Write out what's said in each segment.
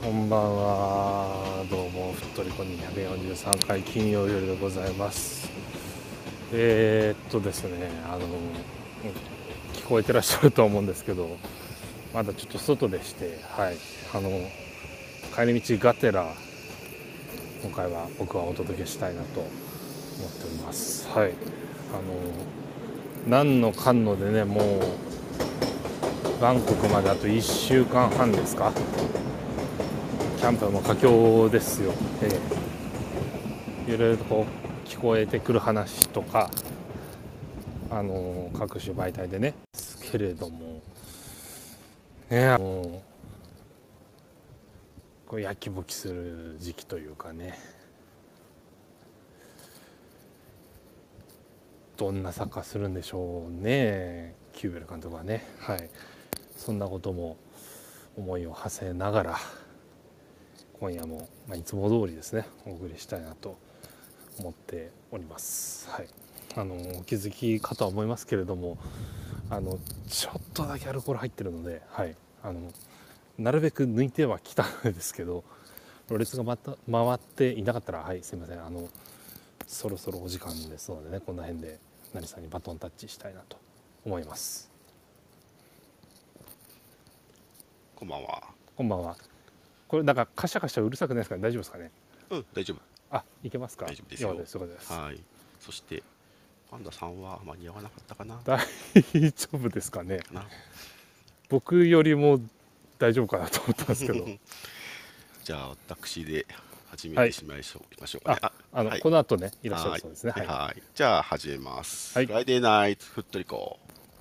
こんばんは。どうも、ふっとりこ243回金曜夜でございます。ですね、聞こえてらっしゃると思うんですけど、まだちょっと外でして、はい、帰り道がてら、今回は僕はお届けしたいなと思っております。はい、何のかんのでね、もう、バンコクまであと1週間半ですか。キャンプも佳境ですよ。いろいろとこう聞こえてくる話とか、各種媒体でねですけれども、もうこうやきぼきする時期というかね、どんなサッカーするんでしょうね、キューベル監督はね。はい、そんなことも思いを馳せながら、今夜も、いつも通りですねお送りしたいなと思っております。はい、お気づきかとは思いますけれども、ちょっとだけアルコール入ってるので、はい、なるべく抜いてはきたんですけど、ろれつがまた回っていなかったら、はい、すいません、そろそろお時間ですのでね、こんな辺で成さんにバトンタッチしたいなと思います。 こんばんは。 こんばんは。これなんかカシャカシャうるさくないですかね。大丈夫ですかね。 うん、大丈夫。 あ、いけますか。 大丈夫ですよ。 よかったです、よかったです。 はい。そして、パンダさんは間に合わなかったかな。 大丈夫ですかね。 かな。 僕よりも大丈夫かなと思ったんですけど。 じゃあ、私で始めはい。 てしまいましょうかね。はい。 この後ね、いらっしゃるはい。 そうですね。はい。 はい。じゃあ、始めます。 はい。 フライデーナイトふっとりこ。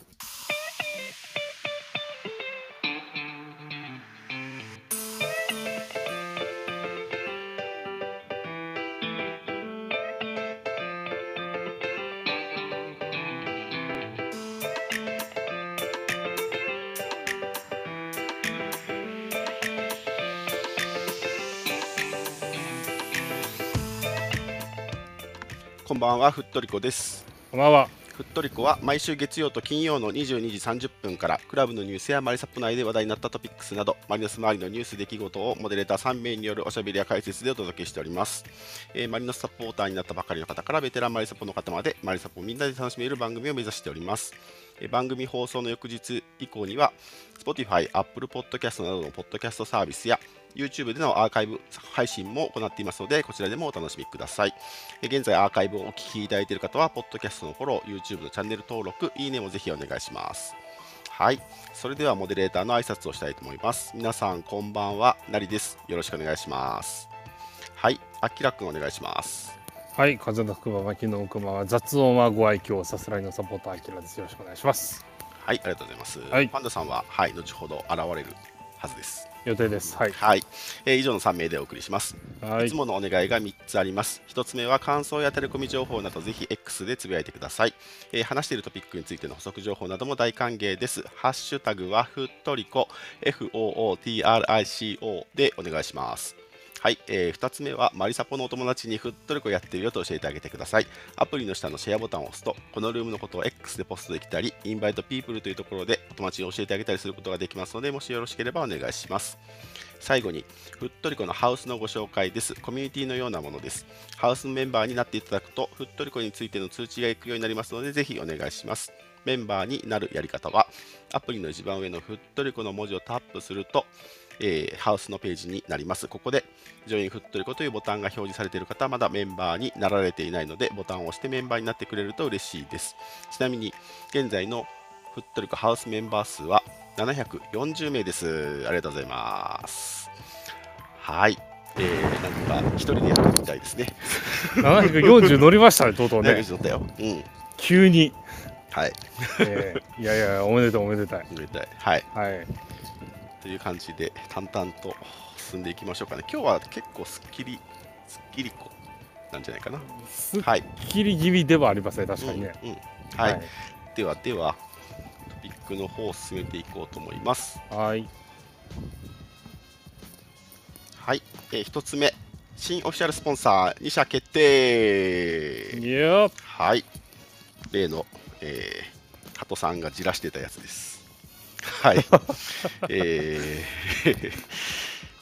こんばんは、ふっとりこです。 こんばんは。 ふっとりこは毎週月曜と金曜の22時30分からクラブのニュースやマリサポ内で話題になったトピックスなどマリノス周りのニュース出来事をモデレーター3名によるおしゃべりや解説でお届けしております。マリノスサポーターになったばかりの方からベテランマリサポの方までマリサポをみんなで楽しめる番組を目指しております。番組放送の翌日以降には Spotify、Apple Podcast などのポッドキャストサービスや YouTube でのアーカイブ配信も行っていますので、こちらでもお楽しみください。現在アーカイブをお聞きいただいている方は、ポッドキャストのフォロー、YouTube のチャンネル登録、いいねもぜひお願いします。はい。それではモデレーターの挨拶をしたいと思います。皆さん、こんばんは。なりです。よろしくお願いします。はい。あきらくんお願いします。 はい、風の吹くまま、木の奥まは雑音はご愛嬌、さすらいのサポーターあきらです。よろしくお願いします。 はい、ありがとうございます。 はい、 パンダさんは、はい、後ほど現れるはずです。 予定です。はい。 はい、以上の3名でお送りします。 はい。 いつものお願いが3つあります。1つ目は感想やタレコミ情報などぜひ X でつぶやいてください。話しているトピックについての補足情報なども大歓迎です。ハッシュタグはふっとりこ FOOTRICO でお願いします。はい、2つ目はマリサポのお友達にふっとりこやってるよと教えてあげてください。アプリの下のシェアボタンを押すと、このルームのことを X でポストできたり、インバイトピープルというところでお友達に教えてあげたりすることができますので、もしよろしければお願いします。最後に、ふっとりこのハウスのご紹介です。コミュニティのようなものです。ハウスのメンバーになっていただくと、ふっとりこについての通知が行くようになりますので、ぜひお願いします。メンバーになるやり方は、アプリの一番上のふっとりこの文字をタップすると、ハウスのページになります。ここで、ジョインふっとりこというボタンが表示されている方はまだメンバーになられていないので、ボタンを押してメンバーになってくれると嬉しいです。ちなみに、現在のふっとりこハウスメンバー数は740名です。ありがとうございます。はい。なんか一人でやるみたいですね。 740乗りましたね、とうとうね。 740乗ったよ。うん。 急に。 はい。 いやいや、おめでとう、おめでたい。 おめでたい。はい。 はい。 という感じで、淡々と進んでいきましょうかね。今日は結構すっきりこなんじゃないかな。 すっきり気味ではありますね、確かにね。 はい。では、トピックの方を進めていこうと思います。 はい。 はい。1つ目。新オフィシャルスポンサー2社決定。はい。例の、加藤さんがじらしてたやつです。はい。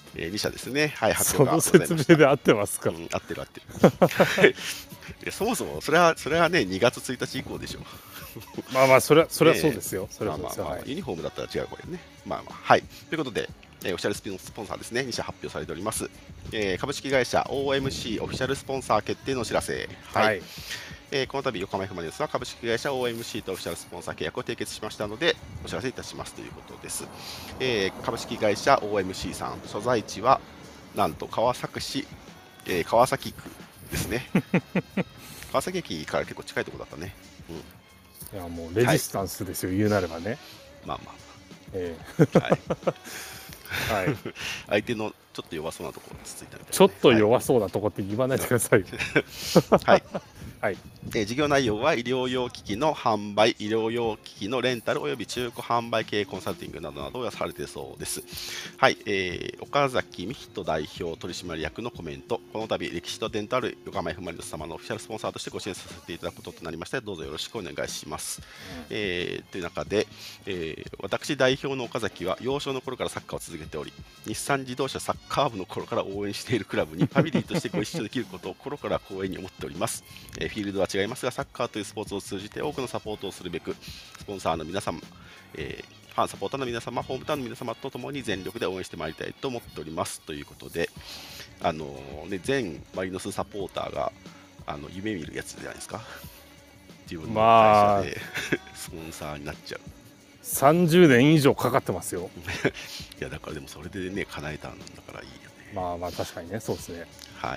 2社ですね。はい、発その表がございました。 説明で合ってますか？ 合ってる合ってる。いやそもそもそれはね、2月1日以降でしょ。 まあまあ、それはそうですよ。それまあまあまあ、 はそうですよ。はい。 ユニフォームだったら違うこれね。まあまあ、はい。ということで、オフィシャルスポンサーですね、2社発表されております。株式会社 OMC オフィシャルスポンサー決定のお知らせ。はい。この度横浜 F ・マリノスは株式会社 OMC とオフィシャルスポンサー契約を締結しましたのでお知らせいたしますということです。株式会社 OMC さん、所在地はなんと川崎市、川崎区ですね。川崎駅から結構近いところだったね。 いやもうレジスタンスですよ、言うなればね。 まあまあ。 はい。 はい。 相手のちょっと弱そうなところにつついたみたいな、 ちょっと弱そうなとこって言わないでくださいよ。 はい。 はい。 事業内容は医療用機器の販売、医療用機器のレンタルおよび中古販売系コンサルティングなどなどをされているそうです。はい、岡崎美人代表取締役のコメント、この度歴史と伝統ある横浜 F ・マリノス様のオフィシャルスポンサーとしてご支援させていただくこととなりまして、どうぞよろしくお願いします。という中で、私代表の岡崎は幼少の頃からサッカーを続けており、日産自動車サッカー部の頃から応援しているクラブにファミリーとしてご一緒できることを心から光栄に思っております。フィールドは違いますが、サッカーというスポーツを通じて多くのサポートをするべく、スポンサーの皆様、ファンサポーターの皆様、ホームタウンの皆様とともに全力で応援してまいりたいと思っておりますということで、全マリノスサポーターが夢見るやつじゃないですか。自分の会社で、スポンサーになっちゃう。 30年以上かかってますよ。 いやだからでもそれでね叶えたんだからいいよね。 まあまあ確かにね、そうですね。 はい。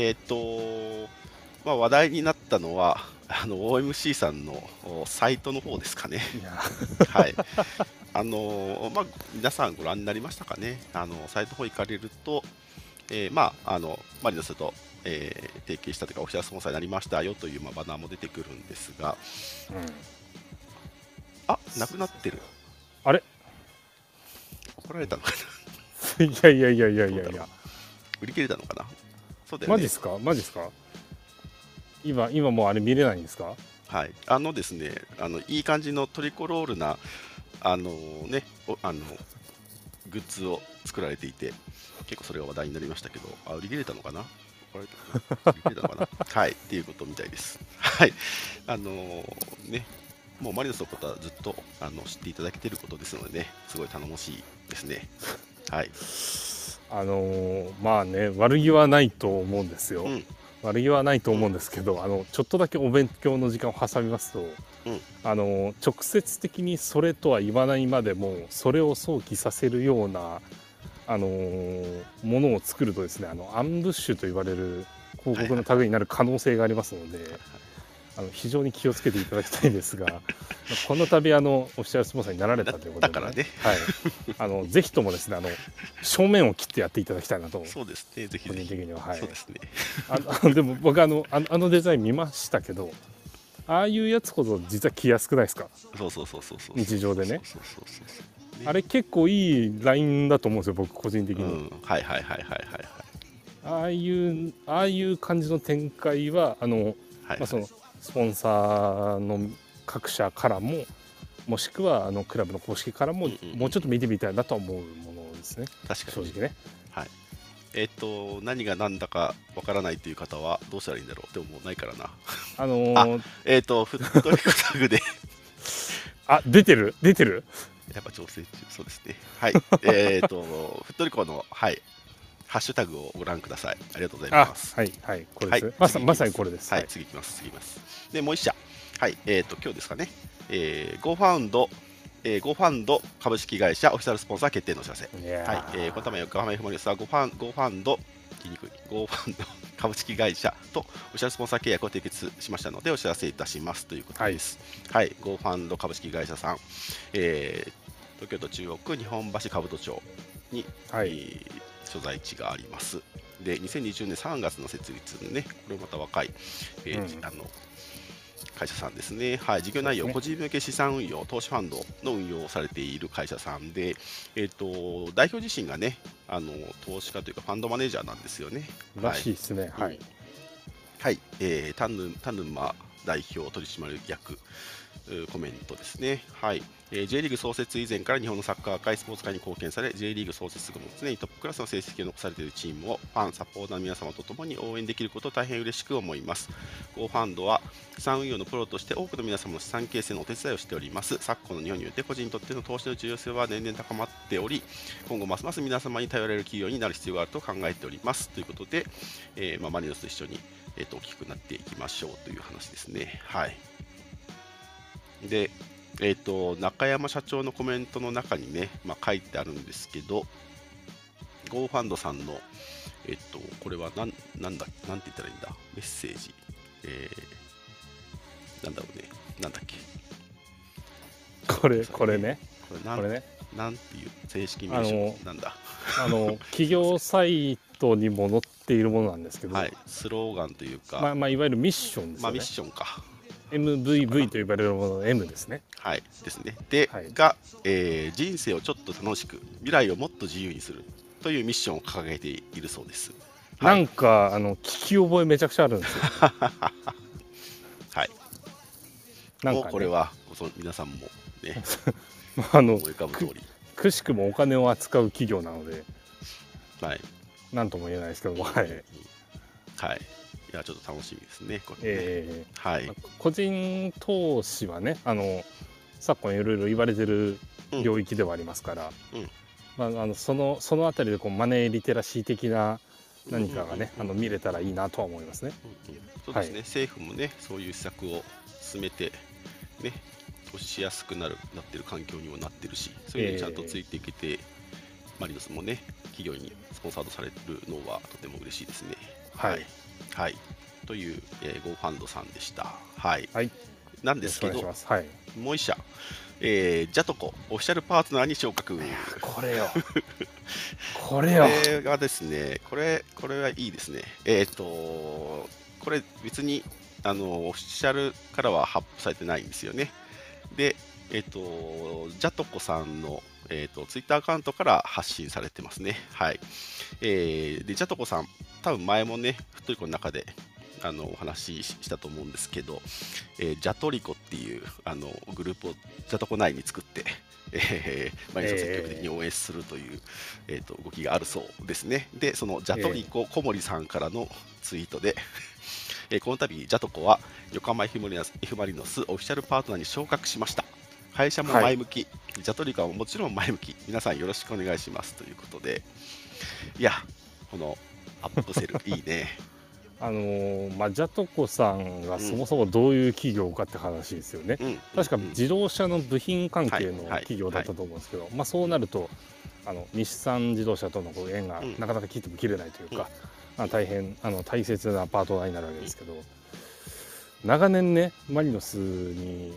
まあ、話題になったのはOMC さんのサイトの方ですかね。はい。まあ、皆さんご覧になりましたかね。サイトの方行かれると、まあマリノスと、提携したというかオフィシャルスポンサーになりましたよという、バナーも出てくるんですが、あ、なくなってる。 あれ怒られたのかな。いやいやいやいやいやいや。 売り切れたのかな。そうだよね。 マジっすかマジっすか。今もうあれ見れないんですか。 はい。ですね、いい感じのトリコロールなグッズを作られていて、結構それが話題になりましたけど、売り切れたのかな。売り切れたのかな。はい、っていうことみたいです。はい。ね、もうマリノスのことはずっと知っていただけていることですのでね、すごい頼もしいですね。はい。 まあね、悪気はないと思うんですよ。悪気はないと思うんですけど、ちょっとだけお勉強の時間を挟みますと、直接的にそれとは言わないまでもそれを想起させるような、ものを作るとですね、アンブッシュと言われる広告の類になる可能性がありますので、非常に気をつけていただきたいんですがこの度オフィシャルスポンサーになられたということで、 ね、 はい、ぜひともですね正面を切ってやっていただきたいなと。 そうですね、ぜひ個人的には、はい、 そうですね。 でも僕デザイン見ましたけど、ああいうやつほど実は着やすくないですか。 そう日常でね。あれ結構いいラインだと思うんですよ、僕個人的に。 はい。 ああいう感じの展開はそのスポンサーの各社からも、もしくはクラブの公式からも、もうちょっと見てみたいなと思うものですね。 確かに正直ね。 はい。何が何だかわからないという方はどうしたらいいんだろう。でももうないからな。フットリコタグで出てるやっぱ調整中。そうですね。はい。フットリコの、はい、ハッシュタグをご覧ください。ありがとうございます。 はい、これです。まさにこれです。 はい、次いきます。で、もう一社。はい、今日ですかね。ゴーファンド株式会社オフィシャルスポンサー決定のお知らせ。はい、このため横浜 F ・マリノスはゴーファンド株式会社とオフィシャルスポンサー契約を締結しましたのでお知らせいたしますということです。はい、ゴーファンド株式会社さん、東京都中央区日本橋兜町に、所在地があります。で、2020年3月の設立のね、これまた若い、会社さんですね。はい、事業内容、個人向け資産運用、投資ファンドの運用をされている会社さんで、代表自身がね、投資家というかファンドマネージャーなんですよね。 らしいですね。はい。 はい、田沼代表取締役コメントですね。はい。J リーグ創設以前から日本のサッカー界、スポーツ界に貢献され、J リーグ創設後も常にトップクラスの成績を残されているチームをファン、サポーターの皆様と共に応援できることを大変嬉しく思います。Go ファンドは資産運用のプロとして多くの皆様の資産形成のお手伝いをしております。昨今の日本において個人にとっての投資の重要性は年々高まっており、今後ますます皆様に頼られる企業になる必要があると考えております。ということで、マリノスと一緒に、大きくなっていきましょうという話ですね。はい。で、中山社長のコメントの中にね、書いてあるんですけど、Go ファンドさんの、これはなんて言ったらいいんだ、メッセージ、なんだろうね、なんだっけ、 これね、 これね、 なんていう正式名称なんだ、 企業サイトにも載っているものなんですけど、 はい、スローガンというか、 いわゆるミッションですよね。 ミッションか。 MVV と呼ばれるものの M ですね。 はいですね。で、人生をちょっと楽しく、未来をもっと自由にするというミッションを掲げているそうです。 なんか聞き覚えめちゃくちゃあるんですよ。 はい。なんか、ね、もうこれは皆さんもね、思い浮かぶ通り。 くしくもお金を扱う企業なので、 はい。 なんとも言えないですけども、はい。 はい。いやちょっと楽しみですね。これねはい。 個人投資はね、昨今いろいろ言われてる領域ではありますから、そのあたりでマネーリテラシー的な何かがね、見れたらいいなとは思いますね。 そうですね。政府もね、そういう施策を進めてね、投資しやすくなってる環境にもなってるし、そういうのにちゃんとついていけて、マリノスもね、企業にスポンサードされるのはとても嬉しいですね。はい。はい、という、Go ファンドさんでした。はい。なんですけど、もう一社、ジャトコオフィシャルパートナーに昇格。 これよ。 これがですね、これはいいですね。これ別にオフィシャルからは発布されてないんですよね。で、ジャトコさんのツイッターアカウントから発信されてますね。はい。で、ジャトコさん、多分前もね、フットリコの中でお話ししたと思うんですけど、ジャトリコっていうグループをジャトコ内に作って、毎日積極的に応援するという、動きがあるそうですね。で、そのジャトリコ小森さんからのツイートで、この度ジャトコは横浜 F ・マリノスオフィシャルパートナーに昇格しました。会社も前向き、ジャトリコももちろん前向き、皆さんよろしくお願いしますということで、いや、このアップセルいいね。 ジャトコさんがそもそもどういう企業かって話ですよね。確か自動車の部品関係の企業だったと思うんですけど、そうなると日産自動車との縁がなかなか切っても切れないというか、大変大切なパートナーになるわけですけど、長年ねマリノスに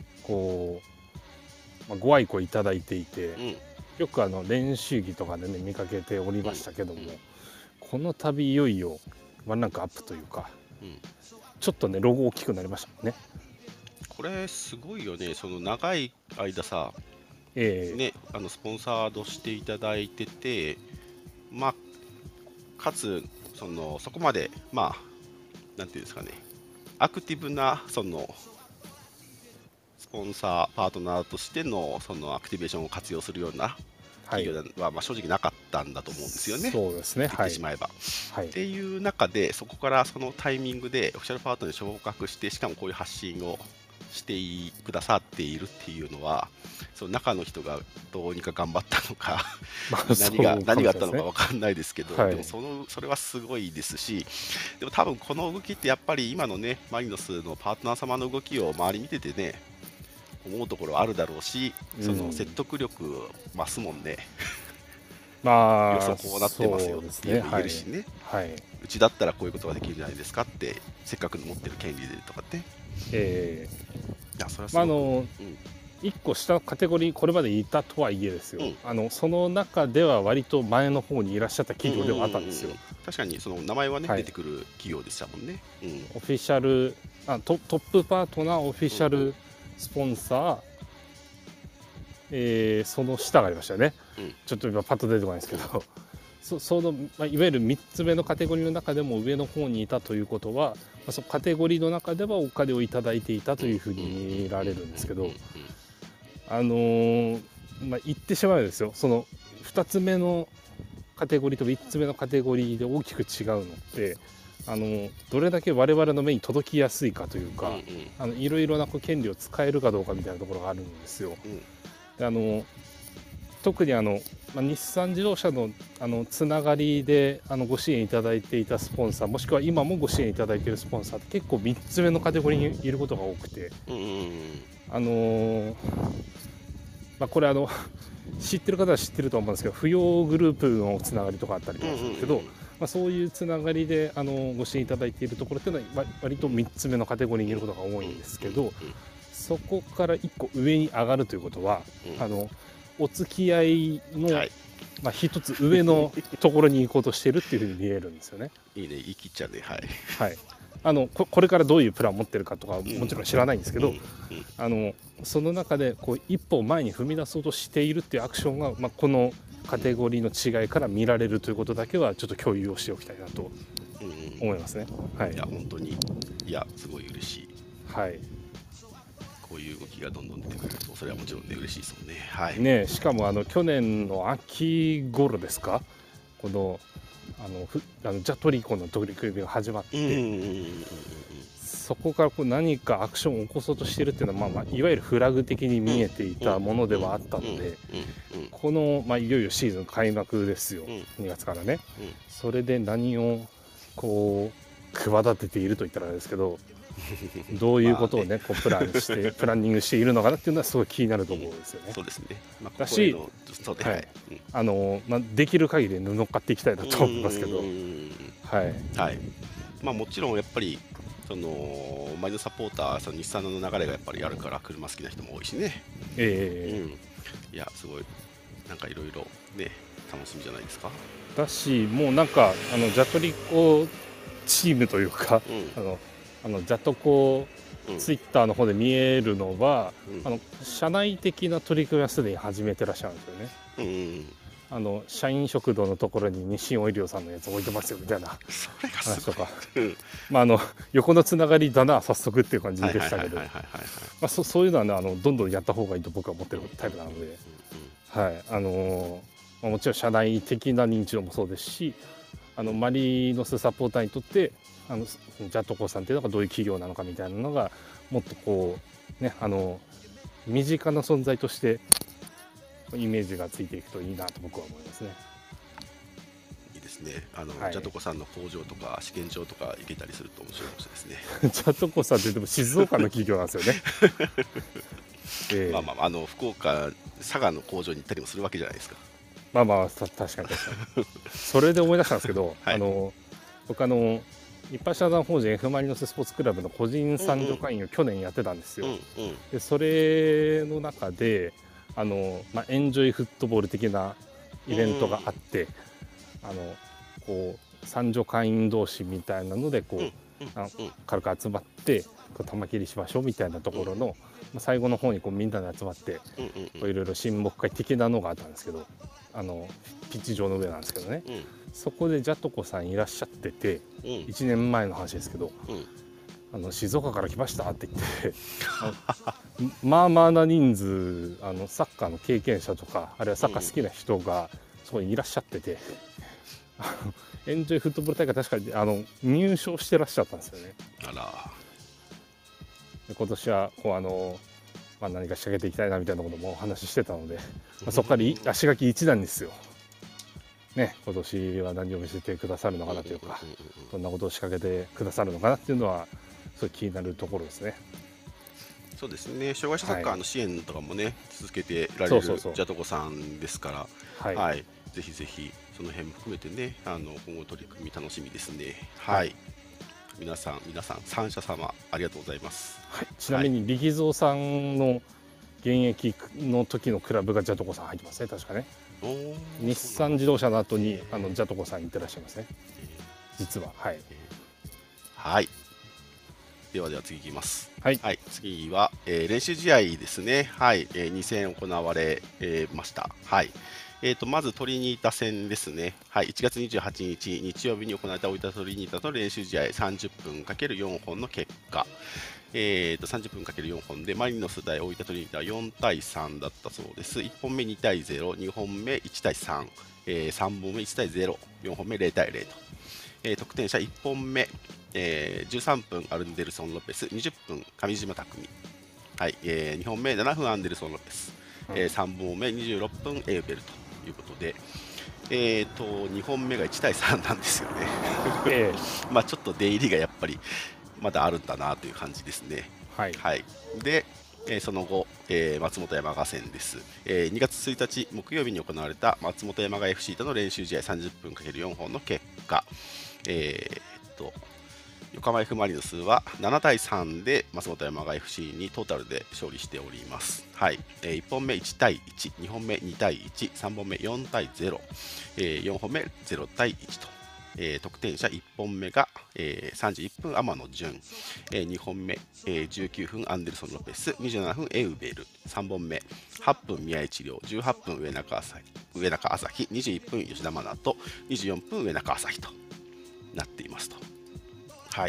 ご愛顧いただいていて、よく練習着とかでね見かけておりましたけども、この度いよいよワンランクアップというか、ちょっとねロゴ大きくなりましたもんね。 これすごいよね。その長い間さ、ね、スポンサードしていただいてて、かつそこまでなんていうんですかね、アクティブなスポンサーパートナーとしてのアクティベーションを活用するような企業は正直なかったんだと思うんですよね。 そうですね。 言ってしまえば。っていう中で、そこからそのタイミングでオフィシャルパートナーに昇格して、しかもこういう発信をしてくださっているっていうのは、その中の人がどうにか頑張ったのか何があったのか分かんないですけど、でもそれはすごいですし、でも多分この動きってやっぱり今のねマリノスのパートナー様の動きを周り見ててね思うところあるだろうし、その説得力増すもんね。予想こうなってますよって言えるしね、うちだったらこういうことができるじゃないですかって、せっかく持ってる権利でとかって。いや、それはすごく 1個下のカテゴリーこれまでいたとはいえですよ、その中では割と前の方にいらっしゃった企業ではあったんですよ。 確かにその名前はね、出てくる企業でしたもんね。 オフィシャルトップパートナーオフィシャルスポンサー、その下がありましたよね、ちょっと今パッと出てこないですけどその、まあ、いわゆる3つ目のカテゴリーの中でも上の方にいたということは、まあ、そのカテゴリーの中ではお金をいただいていたというふうに見られるんですけど、まあ、言ってしまうんですよ、その2つ目のカテゴリーと3つ目のカテゴリーで大きく違うのって、どれだけ我々の目に届きやすいかというか、いろいろな権利を使えるかどうかみたいなところがあるんですよ。で特にまあ、日産自動車のつながりでご支援いただいていたスポンサー、もしくは今もご支援いただいているスポンサーって結構3つ目のカテゴリーにいることが多くて、まあ、これ知ってる方は知ってると思うんですけど、扶養グループのつながりとかあったりとかするんですけど、まあ、そういうつながりでご支援いただいているところっていうのは割と3つ目のカテゴリーにいることが多いんですけど、そこから1個上に上がるということは、お付き合いの、はい、まあ、一つ上のところに行こうとしてるっていうふうに見えるんですよね。 いいね、言い切っちゃうね。はい、 はい、これからどういうプランを持ってるかとかもちろん知らないんですけど、その中で一歩前に踏み出そうとしているっていうアクションが、まあ、このカテゴリーの違いから見られるということだけはちょっと共有をしておきたいなと思いますね。はい、 いや本当に、いやすごい嬉しい。 はい、 こういう動きがどんどん出てくると、それはもちろんね嬉しいですもんね。はい。 ね、しかも去年の秋頃ですか、このジャトリコの取り組みが始まって、そこから何かアクションを起こそうとしているっていうのは、まあ、いわゆるフラグ的に見えていたものではあったので、この、まあ、いよいよシーズン開幕ですよ、2月からね。それで何を企てていると言ったらあれですけど、どういうことをね、プランニングしているのかなっていうのはすごい気になると思うんですよね。 そうですね。 だし、まあ、できる限り乗っかっていきたいなと思いますけど、 はい。まあもちろんやっぱりマイナーサポーターさん、日産の流れがやっぱりあるから車好きな人も多いしね。いやすごいなんかいろいろね楽しみじゃないですか。 だし、もうなんかジャトリコチームというか、ジャトコツイッターの方で見えるのは、社内的な取り組みはすでに始めてらっしゃるんですよね。社員食堂のところに日清オイリオさんのやつ置いてますよみたいな話とか、まあ横のつながりだな早速っていう感じでしたけど、そういうのはねどんどんやった方がいいと僕は思ってるタイプなので、もちろん社内的な認知度もそうですし、マリノスサポーターにとってジャトコさんっていうのがどういう企業なのかみたいなのがもっとね身近な存在としてイメージがついていくといいなと僕は思いますね。 いいですね。ジャトコさんの工場とか試験場とか行けたりすると面白いかもしれないですね。 ジャトコさんってでも静岡の企業なんですよね。 まあ福岡、佐賀の工場に行ったりもするわけじゃないですか。 まあ確かにそれで思い出したんですけど、僕一般社団法人 F マリノススポーツクラブの個人参助会員を去年やってたんですよ。でそれの中でエンジョイフットボール的なイベントがあって、参助会員同士みたいなので軽く集まって玉切りしましょうみたいなところの、最後の方にみんなで集まっていろいろ親睦会的なのがあったんですけど、ピッチ上の上なんですけどね、そこでジャトコさんいらっしゃってて、1年前の話ですけど、静岡から来ましたって言ってまあまあな人数サッカーの経験者とかあるいはサッカー好きな人がそこにいらっしゃってて、エンジョイフットボール大会確かに入賞してらっしゃったんですよね。で今年は何か仕掛けていきたいなみたいなこともお話ししてたので、そこから足書き一段ですよ。ね、今年は何を見せてくださるのかなというか、どんなことを仕掛けてくださるのかなっていうのはすごい気になるところですね。 そうですね。障害者サッカーの支援とかもね、続けてられるジャトコさんですから、ぜひぜひその辺も含めてね、今後取り組み楽しみですね。皆さん三社様ありがとうございます。 ちなみに力蔵さんの現役の時のクラブがジャトコさん入ってますね、確かね。日産自動車の後にジャトコさん行ってらっしゃいますね、実は。 では次いきます。 はい、 次は、練習試合ですね。2戦行われました。 まずトリニータ戦ですね、はい、1月28日日曜日に行われた大分トリニータと練習試合30分 ×4 本の結果、30分 ×4 本でマリノス対大分トリニータは4対3だったそうです。1本目2対0、2本目1対3、3本目1対0、4本目0対0と、得点者1本目、13分アルンデルソン・ロペス、20分上島拓実、はい、2本目7分アンデルソン・ロペス、3本目26分エウベルということで、2本目が1対3なんですよね。まあちょっと出入りがやっぱりまだあるんだなという感じですね。 はい、 はい、で、その後、松本山雅戦です、2月1日木曜日に行われた松本山雅 FC との練習試合30分 ×4 本の結果、横浜 F マリノスは7対3で松本山雅 FC にトータルで勝利しております。はい、1本目1対1、2本目2対1、3本目4対0、4本目0対1と、得点者1本目が、31分天野純、2本目、19分アンデルソン・ロペス、27分エウベル、3本目8分宮市亮、18分上中朝日、21分吉田真奈と24分上中朝日となっていますと。はい。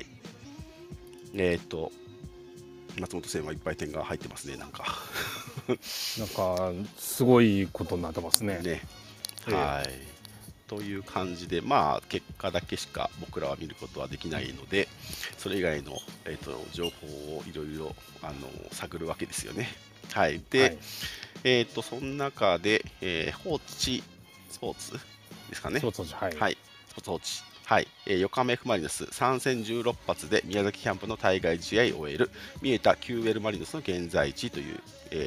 松本戦はいっぱい点が入ってますね、なんか。 なんかすごいことになってますね。 はい。という感じで、まあ、結果だけしか僕らは見ることはできないので、それ以外の、情報をいろいろ探るわけですよね。はい。で、その中で、放置スポーツですかね。 スポーツ報知、 はい。スポーツ報知。はい、横浜 F マリノス3戦16発で宮崎キャンプの対外試合を終える見えた QL マリノスの現在地という、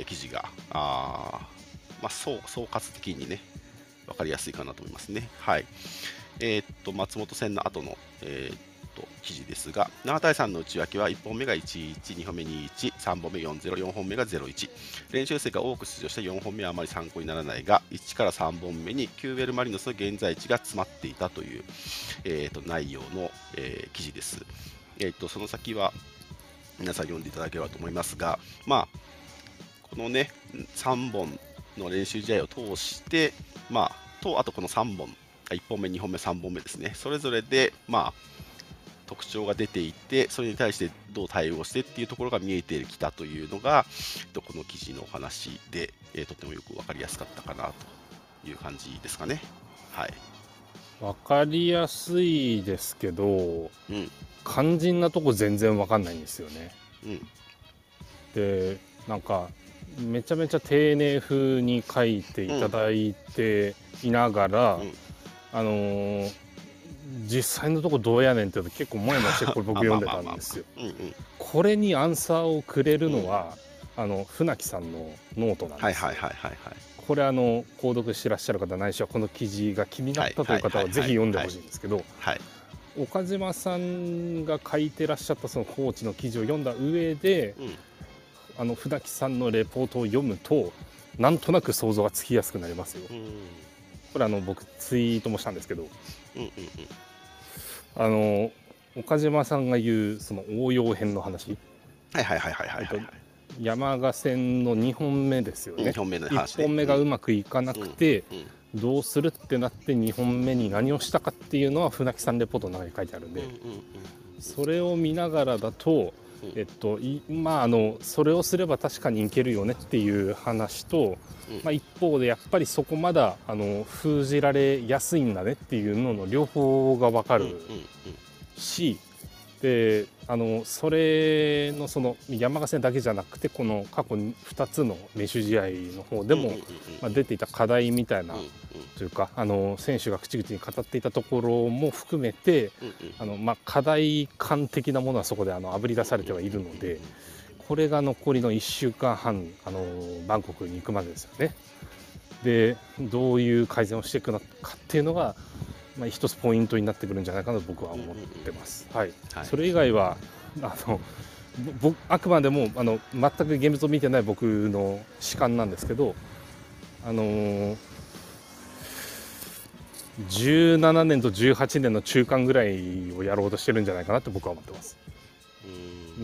記事がまあ、総括的にね分かりやすいかなと思いますね。はい、松本戦の後の、記事ですが、7対3の内訳は1本目が1-1、2本目2-1、3本目4-0、4本目が0-1、練習生が多く出場した4本目はあまり参考にならないが、1から3本目にキューベルマリノスの現在地が詰まっていたという、内容の、記事です。その先は皆さん読んでいただければと思いますが、まあ、このね、3本の練習試合を通して、まあ、あとこの3本、1本目、2本目、3本目ですね、それぞれで、まあ、特徴が出ていて、それに対してどう対応してっていうところが見えてきたというのが、この記事のお話で、とてもよく分かりやすかったかなという感じですかね。はい、 分かりやすいですけど、肝心なとこ全然分かんないんですよね。で、なんかめちゃめちゃ丁寧風に書いていただいていながら、実際のとこどうやねんって結構もやもやしてこれ僕読んでたんですよ。これにアンサーをくれるのは、船木さんのノートなんですよ。これ購読してらっしゃる方ないしはこの記事が気になったという方はぜひ読んでほしいんですけど、岡島さんが書いてらっしゃったそのコーチの記事を読んだ上で、船木さんのレポートを読むとなんとなく想像がつきやすくなりますよ。これ僕ツイートもしたんですけど、岡島さんが言うその応用編の話、山賀戦の2本目ですよね。1本目がうまくいかなくて、どうするってなって2本目に何をしたかっていうのは船木さんレポートの中に書いてあるんで、それを見ながらだと、それをすれば確かにいけるよねっていう話と、一方でやっぱりそこまだ封じられやすいんだねっていうのの両方が分かるし、でそれのその山賀戦だけじゃなくてこの過去2つの練習試合の方でも出ていた課題みたいなというか選手が口々に語っていたところも含めて課題感的なものはそこであぶり出されてはいるので、これが残りの1週間半バンコクに行くまでですよね。でどういう改善をしていくのかっていうのが一つポイントになってくるんじゃないかなと僕は思ってます。それ以外はあくまでも全く現物を見てない僕の主観なんですけど、17年と18年の中間ぐらいをやろうとしてるんじゃないかなと僕は思ってます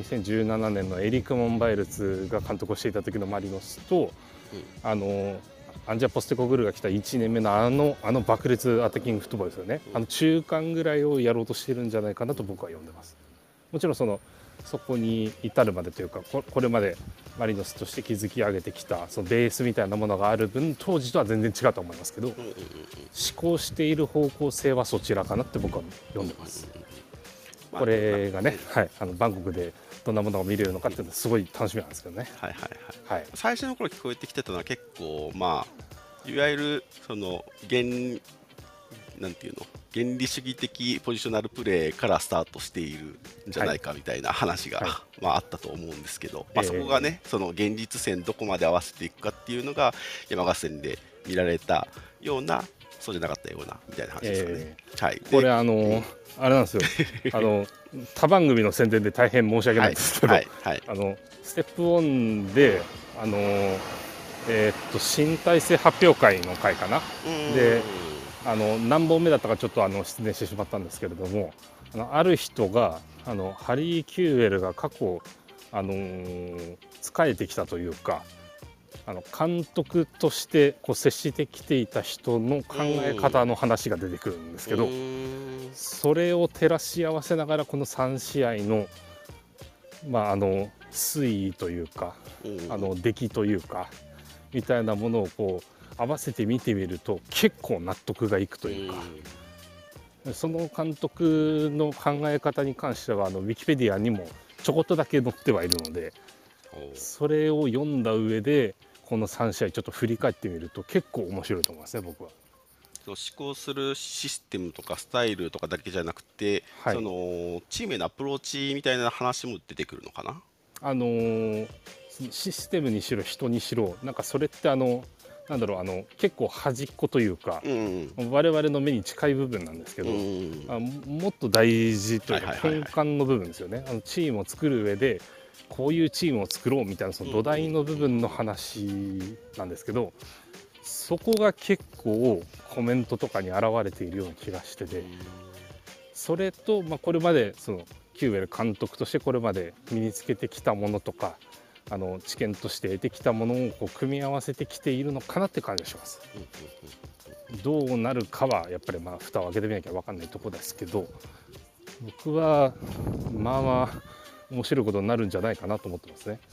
。2017年のエリック・モンバイルツが監督をしていた時のマリノスと、 アンジャポステコグルが来た1年目のあの爆裂アタッキングフットボールですよね。中間ぐらいをやろうとしてるんじゃないかなと僕は読んでます。もちろんそこに至るまでというか、これまでマリノスとして築き上げてきたそのベースみたいなものがある分、当時とは全然違うと思いますけど、思考している方向性はそちらかなって僕は読んでます。これがね、バンコクでどんなものが見れるのかっていうのはすごい楽しみなんですけどね。 最初の頃聞こえてきてたのは結構いわゆるそのなんていうの、原理主義的ポジショナルプレーからスタートしているんじゃないかみたいな話が、あったと思うんですけど、そこがね、その現実線どこまで合わせていくかっていうのが山合戦で見られたような、そうじゃなかったようなみたいな話ですかね。 これあれなんですよ他番組の宣伝で大変申し訳ないんですけど、ステップオンで新体制発表会の会かなで、何本目だったかちょっと失念してしまったんですけれども、ある人がハリー・キューエルが過去仕えてきたというか、監督として接してきていた人の考え方の話が出てくるんですけど、それを照らし合わせながらこの3試合の推移というか出来というかみたいなものを合わせて見てみると結構納得がいくというか、その監督の考え方に関してはウィキペディアにもちょこっとだけ載ってはいるので、それを読んだ上でこの3試合ちょっと振り返ってみると結構面白いと思いますね、僕は。 思考するシステムとかスタイルとかだけじゃなくて、そのチームへのアプローチみたいな話も出てくるのかな。 システムにしろ人にしろ、なんかそれってなんだろう、結構端っこというか、我々の目に近い部分なんですけど、もっと大事というか根幹の部分ですよね。チームを作る上でこういうチームを作ろうみたいなその土台の部分の話なんですけど、そこが結構コメントとかに現れているような気がしてて、それとこれまでそのキューエル監督としてこれまで身につけてきたものとか知見として得てきたものを組み合わせてきているのかなって感じがします。どうなるかはやっぱり蓋を開けてみなきゃ分かんないところですけど、僕は面白いことになるんじゃないかなと思ってますね。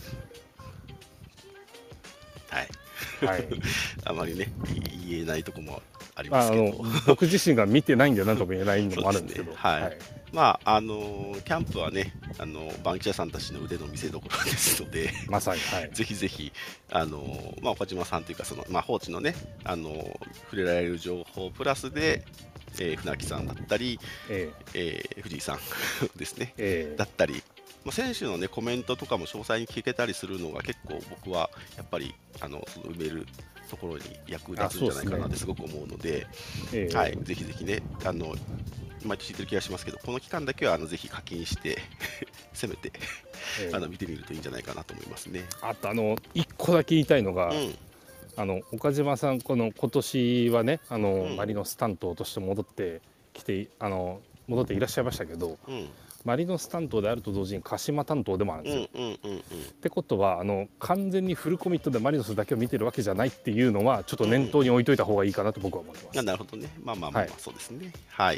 あまりね言えないところもありますけど、 僕自身が見てないんで何とも言えないのもあるんですけど、キャンプはね番記者さんたちの腕の見せ所ですので、 まさに、 ぜひぜひ岡島さんというか放置のね触れられる情報プラスで、船木さんだったり、藤井さんですね、だったり。選手の、ね、コメントとかも詳細に聞けたりするのが結構僕はやっぱり埋めるところに役立つんじゃないかなってすごく思うので、ぜひぜひね毎年言ってる気がしますけど、この期間だけはぜひ課金してせめて見てみるといいんじゃないかなと思いますね。 あと1個だけ言いたいのが、岡島さん今年はねマリノス担当として戻っていらっしゃいましたけど、マリノス担当であると同時に鹿島担当でもあるんですよ。ってことは完全にフルコミットでマリノスだけを見てるわけじゃないっていうのはちょっと念頭に置いといた方がいいかなと僕は思ってます。 なるほどね。そうですね。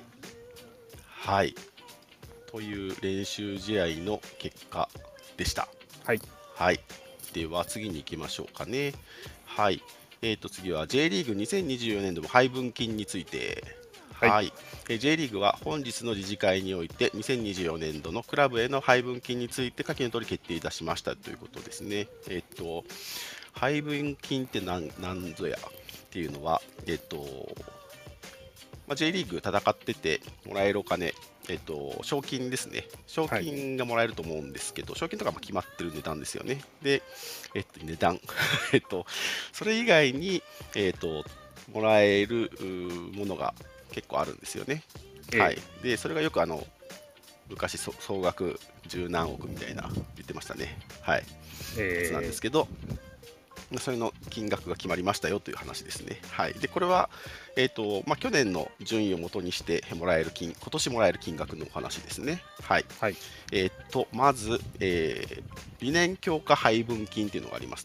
という練習試合の結果でした。では次に行きましょうかね。次は J リーグ2024年度の配分金について。J リーグは本日の理事会において2024年度のクラブへの配分金について下記の通り決定いたしましたということですね。配分金って何ぞやっていうのは、J リーグ戦っててもらえるお金、賞金ですね。賞金がもらえると思うんですけど、賞金とか決まってる値段ですよね。で、値段それ以外に、もらえるものが結構あるんですよね。でそれがよく昔総額十何億みたいな言ってましたね。やつなんですけど、それの金額が決まりましたよという話ですね。でこれは、去年の順位をもとにしてもらえる今年もらえる金額のお話ですね。まず、理念強化配分金というのがありますと。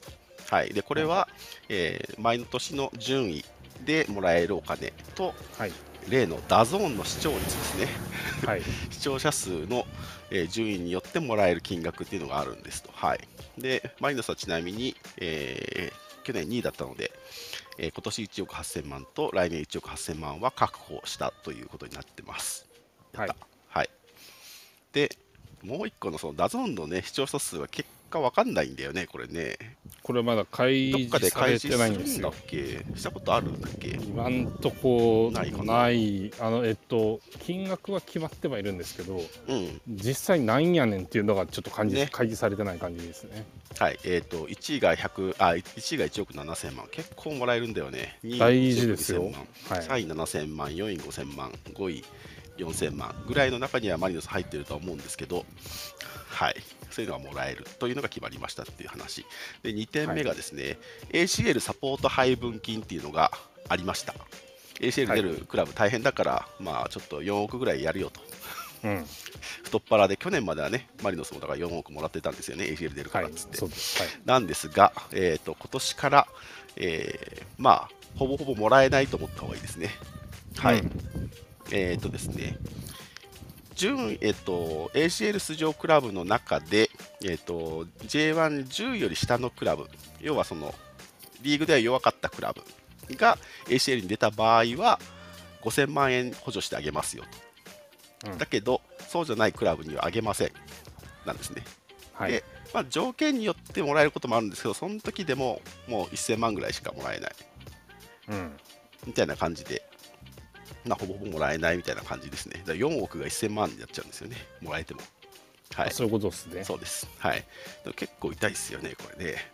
はい、でこれは、前の年の順位でもらえるお金と、 はい例のダゾーンの視聴率ですね。 はい視聴者数の、順位によってもらえる金額っていうのがあるんですと。はい、でマリノスはちなみに、去年2位だったので、今年1億8000万と来年1億8000万は確保したということになってます。 はいはい、でもう1個のそのダゾーンのね視聴者数は結果わかんないんだよね、これね。 これまだ開どっかで示され開示てないんですするんだっよ。 け、したことあるんだっけ。 今んとこないかなない金額は決まってはいるんですけど、 うん実際なんやねんっていうのがちょっと開ね示されてない感じですね。 はい、1位が1位が1億7000万、結構もらえるんだよね。2位大事ですよ。 1億2000万、 はい 3位7000万、4位5000万、5位4000万ぐらいの中にはマリノス入ってるとは思うんですけど、はい、そういうのがもらえるというのが決まりましたっていう話で、2点目がですね、ACL サポート配分金っていうのがありました。 ACL 出るクラブ大変だから、まあちょっと4億ぐらいやるよと、 うん、 太っ腹で、去年まではねマリノスもだから4億もらってたんですよね、 ACL 出るかはいらっつって、 そうです。はいなんですが、今年から、まあほぼほぼもらえないと思った方がいいですね。はい、 うんですね、ACL 出場クラブの中で、J110 より下のクラブ、要はそのリーグでは弱かったクラブが ACL に出た場合は5000万円補助してあげますよと、 うんだけどそうじゃないクラブにはあげませんなんですね。 はいでまあ、条件によってもらえることもあるんですけど、その時でももう1000万ぐらいしかもらえないうんみたいな感じで、まあ、ほぼほぼもらえないみたいな感じですね。だから4億が1000万になっちゃうんですよね、もらえても。はい、 そういうことですね。 そうです。はい。でも結構痛いですよね、これね。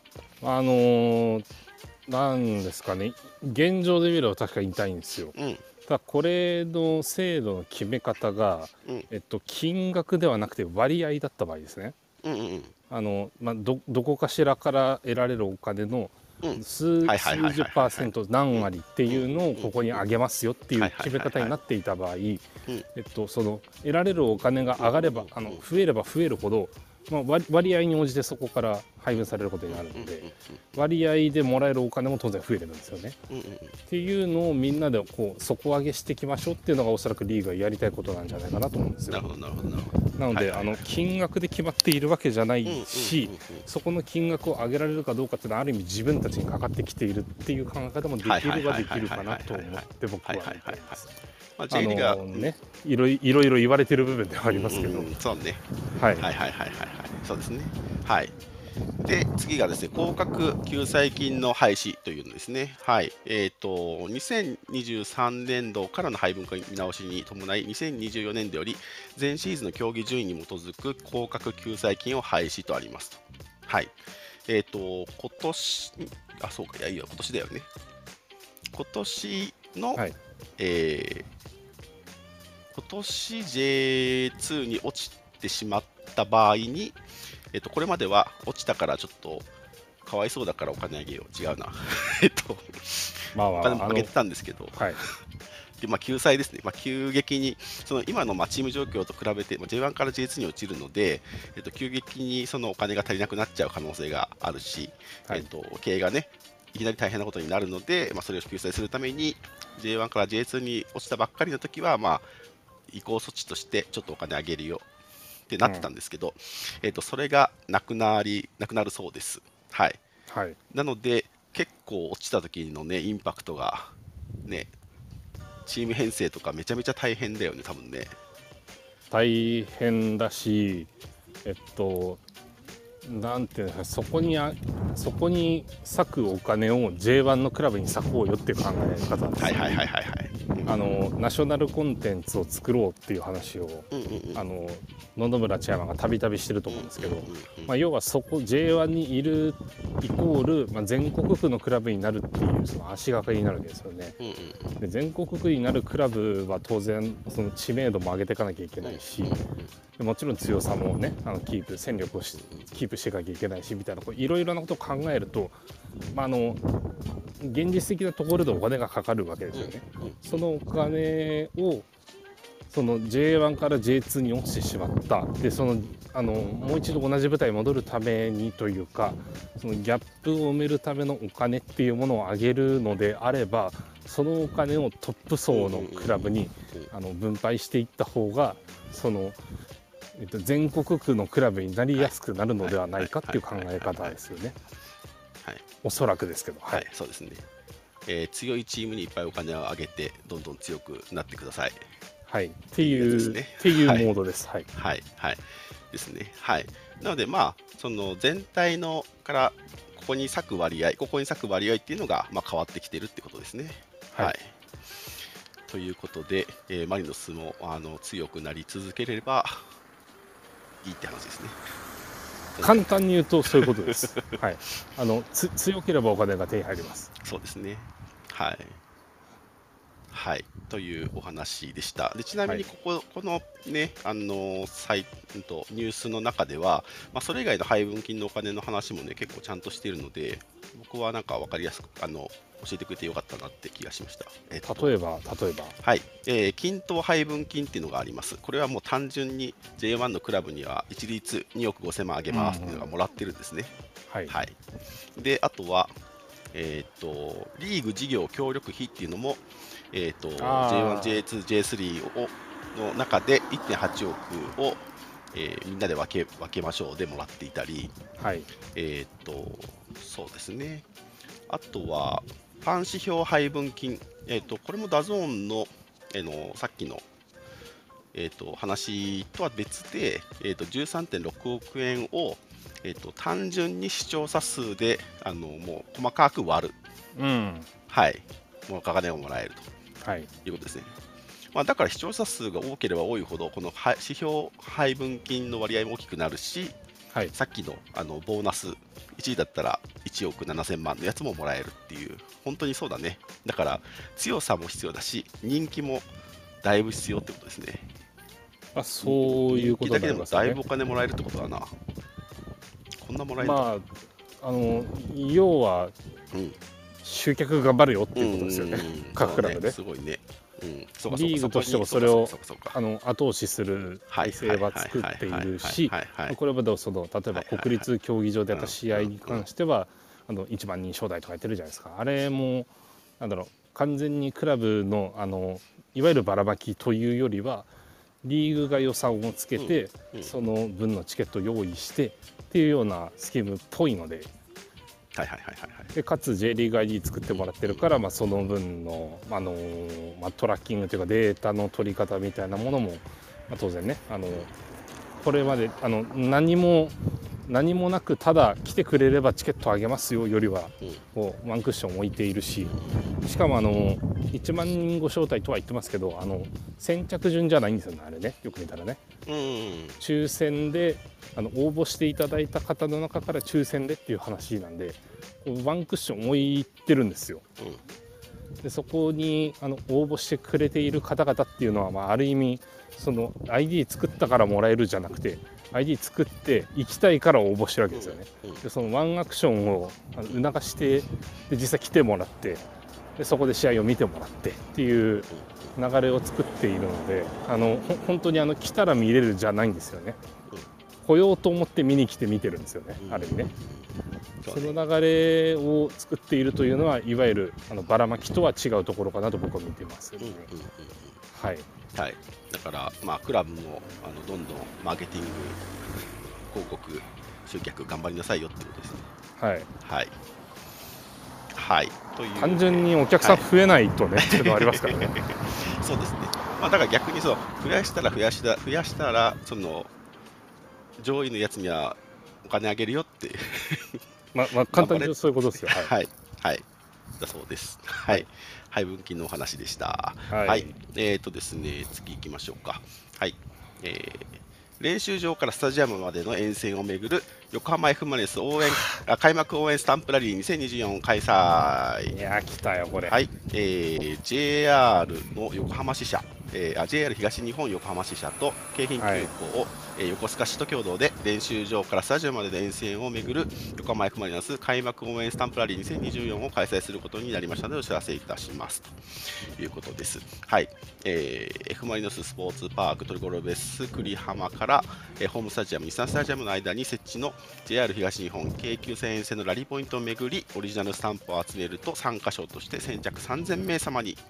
なんですかね、現状で見れば確かに痛いんですよ。 うん。 ただこれの制度の決め方が、 うん金額ではなくて割合だった場合ですね。 うんうんどこかしらから得られるお金のうん数はいはいはいはい十パーセント何割っていうのをここに上げますよっていうはいはいはいはい決め方になっていた場合、 うんその得られるお金が上がれば増えれば増えるほど、割合に応じてそこから配分されることになるので、割合でもらえるお金も当然増えるんですよね。 うんうんっていうのをみんなでこう底上げしていきましょうっていうのがおそらくリーグがやりたいことなんじゃないかなと思うんですよ。 なるほどなるほどなるほど。 なので、 はいはいはい金額で決まっているわけじゃないし、 うんうんうんうんそこの金額を上げられるかどうかっていうのはある意味自分たちにかかってきているっていう考え方もできるはできるかなと思って僕は見ています。 まあ、J リーガー、 ね、いろいろ言われてる部分ではありますけど、 そうね。 はいはいはいはいはいはい。そうですね。はい。で、次がですね、降格救済金の廃止というのですね。はい。2023年度からの配分化見直しに伴い、2024年度より前シーズンの競技順位に基づく降格救済金を廃止とありますと。はい。今年、そうか、いや、今年だよね。今年の、 はい今年 J2 に落ちてしまった場合に、これまでは落ちたからちょっとかわいそうだからお金あげよう、違うなお金もあげてたんですけど、 はいで救済ですね、急激にその今のチーム状況と比べて、J1 から J2 に落ちるので、急激にそのお金が足りなくなっちゃう可能性があるし、経営がねいきなり大変なことになるので、それを救済するために J1 から J2 に落ちたばっかりの時は、移行措置としてちょっとお金あげるよってなってたんですけど、それがなくなるそうです。はい。 はい、 なので結構落ちた時のねインパクトがね、チーム編成とかめちゃめちゃ大変だよね、多分ね。 大変だし、なんていうのか、そこに割くお金を J1 のクラブに割こうよっていう考え方です。 はいはいはいはいはい。 ナショナルコンテンツを作ろうっていう話を、野々村チェアマンがたびたびしてると思うんですけど、要はそこ J1 にいるイコール、全国区のクラブになるっていうその足がかりになるわけですよね。で全国区になるクラブは当然その知名度も上げていかなきゃいけないし、もちろん強さもね戦力をキープしていかなきゃいけないしみたいないろいろなことを考えると、現実的なところでお金がかかるわけですよね。そのお金をその J1 から J2 に落ちてしまったで、もう一度同じ舞台に戻るためにというか、そのギャップを埋めるためのお金っていうものを上げるのであれば、そのお金をトップ層のクラブに分配していった方が、全国区のクラブになりやすくなるのではないかっていう考え方ですよね。おそらくですけど、 はい、そうですね。強いチームにいっぱいお金を上げてどんどん強くなってください。 はい、っていうモードです。はい、 はいはいですね。はい。なのでその全体のからここに割く割合っていうのが変わってきてるってことですね。はい。ということで、マリノスも強くなり続ければいいって話ですね。 簡単に言うとそういうことです。はい。強ければお金が手に入ります。 そうですね。はい。はい、というお話でした。でちなみにこのね、ニュースの中では、それ以外の配分金のお金の話もね、結構ちゃんとしているので、僕はなんか分かりやすく教えてくれてよかったなって気がしました。 例えばはい、均等配分金っていうのがあります。これはもう単純に J1 のクラブには一律2億5000万あげますっていうのがもらってるんですね。はい。で、あとは、リーグ事業協力費っていうのもJ1、J2、J3 の中で 1.8 億を、みんなで分けましょうでもらっていたり、そうですね、あとはファン指標配分金、これもダゾーンの、さっきの、話とは別で、13.6 億円を、単純に視聴者数でもう細かく割る、はい、もうお金をもらえるということですね。だから視聴者数が多ければ多いほどこの指標配分金の割合も大きくなるし、さっきのボーナス1位だったら1億7000万のやつももらえるっていう、本当にそうだね。だから強さも必要だし人気もだいぶ必要ってことですね。 そういうことだけでもだいぶお金もらえるってことだな。こんなもらえる要は、集客頑張るよっていうことですよね、各クラブで。 すごいね。 リーグとしてもそれを後押しする体制は作っているし、これまで例えば国立競技場でやった試合に関しては1万人招待とかやってるじゃないですか。あれも完全にクラブのいわゆるばらまきというよりは、リーグが予算をつけてその分のチケットを用意してっていうようなスキームっぽいので。でかつ J リーグ ID 作ってもらってるから、その分の、トラッキングというかデータの取り方みたいなものも、当然ねこれまで何もなくただ来てくれればチケットあげますよよりはワンクッション置いているし、しかも1万人ご招待とは言ってますけど先着順じゃないんですよね、あれね、よく見たらね。抽選で応募していただいた方の中から抽選でっていう話なんで、ワンクッション置いてるんですよ。でそこに応募してくれている方々っていうのは、ある意味その ID 作ったからもらえるじゃなくて ID 作って行きたいから応募してるわけですよね。でそのワンアクションを促してで実際来てもらってでそこで試合を見てもらってっていう流れを作っているので本当に来たら見れるじゃないんですよね。来ようと思って見に来て見てるんですよね、ある意味ね。その流れを作っているというのはいわゆるばらまきとは違うところかなと僕は見てますよね。はい、 だからクラブもどんどんマーケティング広告集客頑張りなさいよってことですね。という単純にお客さん増えないとね、っていうのはありますからね。 そうですね。だから逆に増やしたらその上位のやつにはお金あげるよって簡単に言うとそういうことですよ。 だそうです。配分金のお話でした。ですね、次行きましょうか。練習場からスタジアムまでの沿線を巡る横浜 F ・マリノス開幕応援スタンプラリー2024開催。 いや来たよこれ。 JR の横浜支社、JR 東日本横浜支社と京浜急行を、 横須賀市と共同で練習場からスタジオまでの沿線を巡る横浜 F ・マリノス開幕応援スタンプラリー2024を開催することになりましたのでお知らせいたしますということです。はい、F ・マリノススポーツパークトリコロベス栗浜から、ホームスタジアム日産スタジアムの間に設置の JR 東日本京急線沿線のラリーポイントを巡りオリジナルスタンプを集めると参加賞として先着3000名様に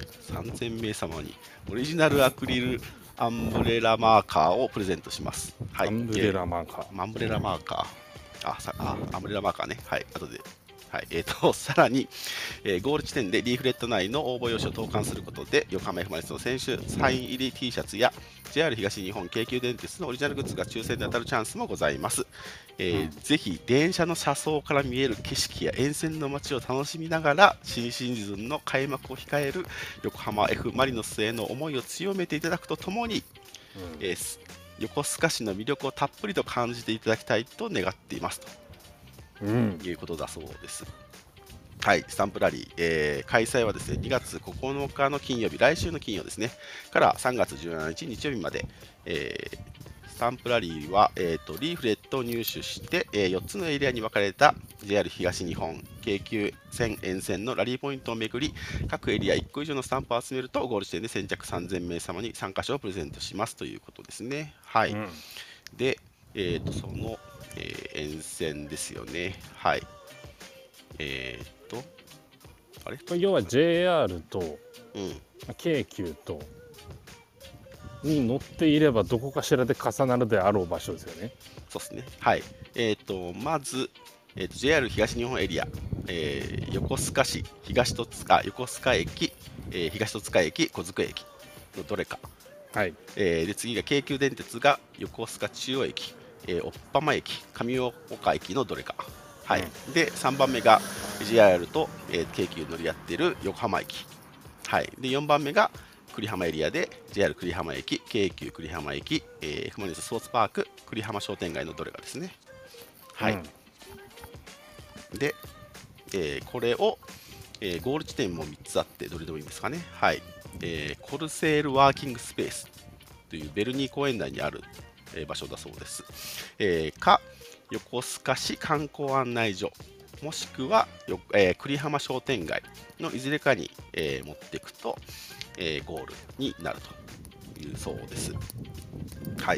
オリジナルアクリルアンブレラマーカーをプレゼントします。はい、 アンブレラマーカー。 アンブレラマーカー。アンブレラマーカーね。はい、後で。はい、さらに、ゴール地点でリーフレット内の応募用紙を投函することで、横浜 F ・マリノスの選手サイン入り T シャツや JR 東日本京急電鉄のオリジナルグッズが抽選で当たるチャンスもございます。ぜひ電車の車窓から見える景色や沿線の街を楽しみながら新シーズンの開幕を控える横浜 F ・マリノスへの思いを強めていただくとともに、横須賀市の魅力をたっぷりと感じていただきたいと願っていますと、いうことだそうです。はい、スタンプラリー、開催はですね2月9日の金曜日、来週の金曜ですねから3月17日日曜日まで、スタンプラリーは、リーフレットを入手して、4つのエリアに分かれた JR 東日本京急線沿線のラリーポイントを巡り各エリア1個以上のスタンプを集めるとゴール地点で先着3000名様に参加賞をプレゼントしますということですね。はい、で、その、沿線ですよね。はい。あれ要は JR と、京急とに乗っていればどこかしらで重なるであろう場所ですよね。 そうですね。はい。まず、JR 東日本エリア、横須賀市横須賀駅、東戸塚駅、小机駅のどれか。 はい。 で次が京急電鉄が横須賀中央駅、おっぱま駅、上岡駅のどれか。はい。で3番目が JR と、京急乗り合っている横浜駅。はい。で4番目が栗浜エリアで JR 栗浜駅、京急栗浜駅、F ・マリノススポーツパーク栗浜商店街のどれかですね。はい。で、これを、ゴール地点も3つあってどれでもいいんですかね。はい。コルセールワーキングスペースというベルニー公園内にある、場所だそうです。横須賀市観光案内所もしくは栗浜商店街のいずれかに、持っていくと、ゴールになるというそうです。はい。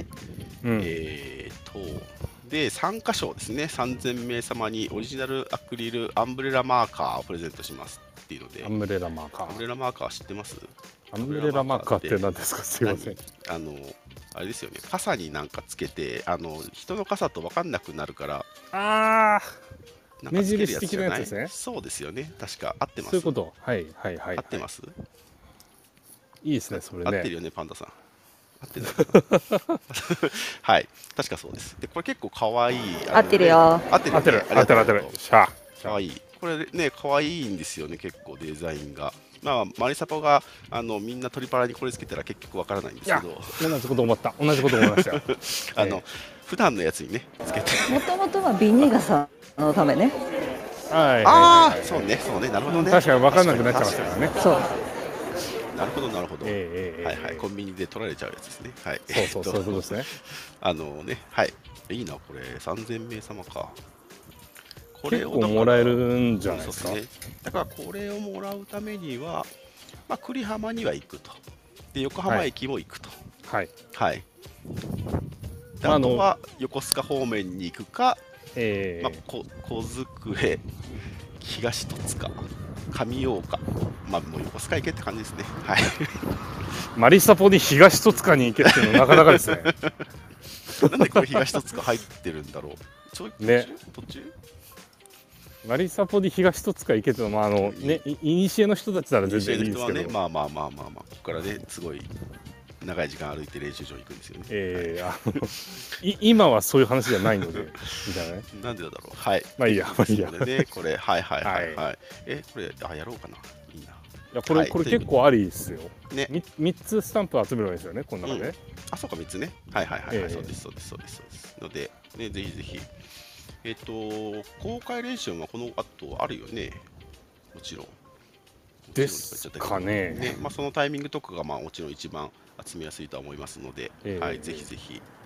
で参加賞ですね3000名様にオリジナルアクリルアンブレラマーカーをプレゼントしますっていうので、 アンブレラマーカー。 アンブレラマーカー知ってます？ アンブレラマーカーって何ですか？すいません。 あれですよね、傘になんかつけて人の傘と分かんなくなるからなんかつけるやつじゃない？目印的なやつですね。そうですよね、確か合ってます。 そういうこと。はいはいはい。 合ってます？ いいですね、それね。 合ってるよね、パンダさん。合ってないはい、確かそうです。で、これ結構かわいい。 合ってるよ。 合ってる、 合ってる、合ってる、合ってる。しゃあ。 かわいい。これね、かわいいんですよね、結構デザインが。まあ、マリサポがみんなトリパラにこれつけたら結局わからないんですけど。 同じこと思った。同じこと思いましたよ。 普段のやつにね、つけて。 もともとはビニ傘のためね。 ああ、そうね、そうね、なるほどね。 確かに分かんなくなっちゃいましたからね。 そう。 なるほどなるほど。はいはい、コンビニで取られちゃうやつですね。はい。 そういうことですね。 はい。いいなこれ3000名様か。 これをもらえるんじゃないですか。 だからこれをもらうためには、まあ栗浜には行くと。で横浜駅も行くと。 はい。 はい。あとは横須賀方面に行くか、まあ小机、東戸塚、上大岡。まあもう横須賀行けって感じですね。はい。 マリサポに東戸塚に行けっていうのなかなかですね。 なんでこれ東戸塚入ってるんだろう。 ね。 途中？ マリサポに東戸塚行けってのはね、いにしえの人たちなら全然いいですけど。 まあここからねすごい長い時間歩いて練習場に行くんですよね。 今はそういう話じゃないので、みたいなね。 なんでだろう。はい。 まあいいや、まあいいや。 ね、これはい。これやろうかな。いいな。 いやこれ結構ありですよ。 ね。 3つスタンプ集めるわけですよね、この中で。 あ、そうか3つね。はい。そうです。のでねぜひぜひ。公開練習はこの後あるよね。もちろん。 ですかね。 まあそのタイミングとかがまあもちろん一番集めやすいとは思いますので、はいぜひぜひ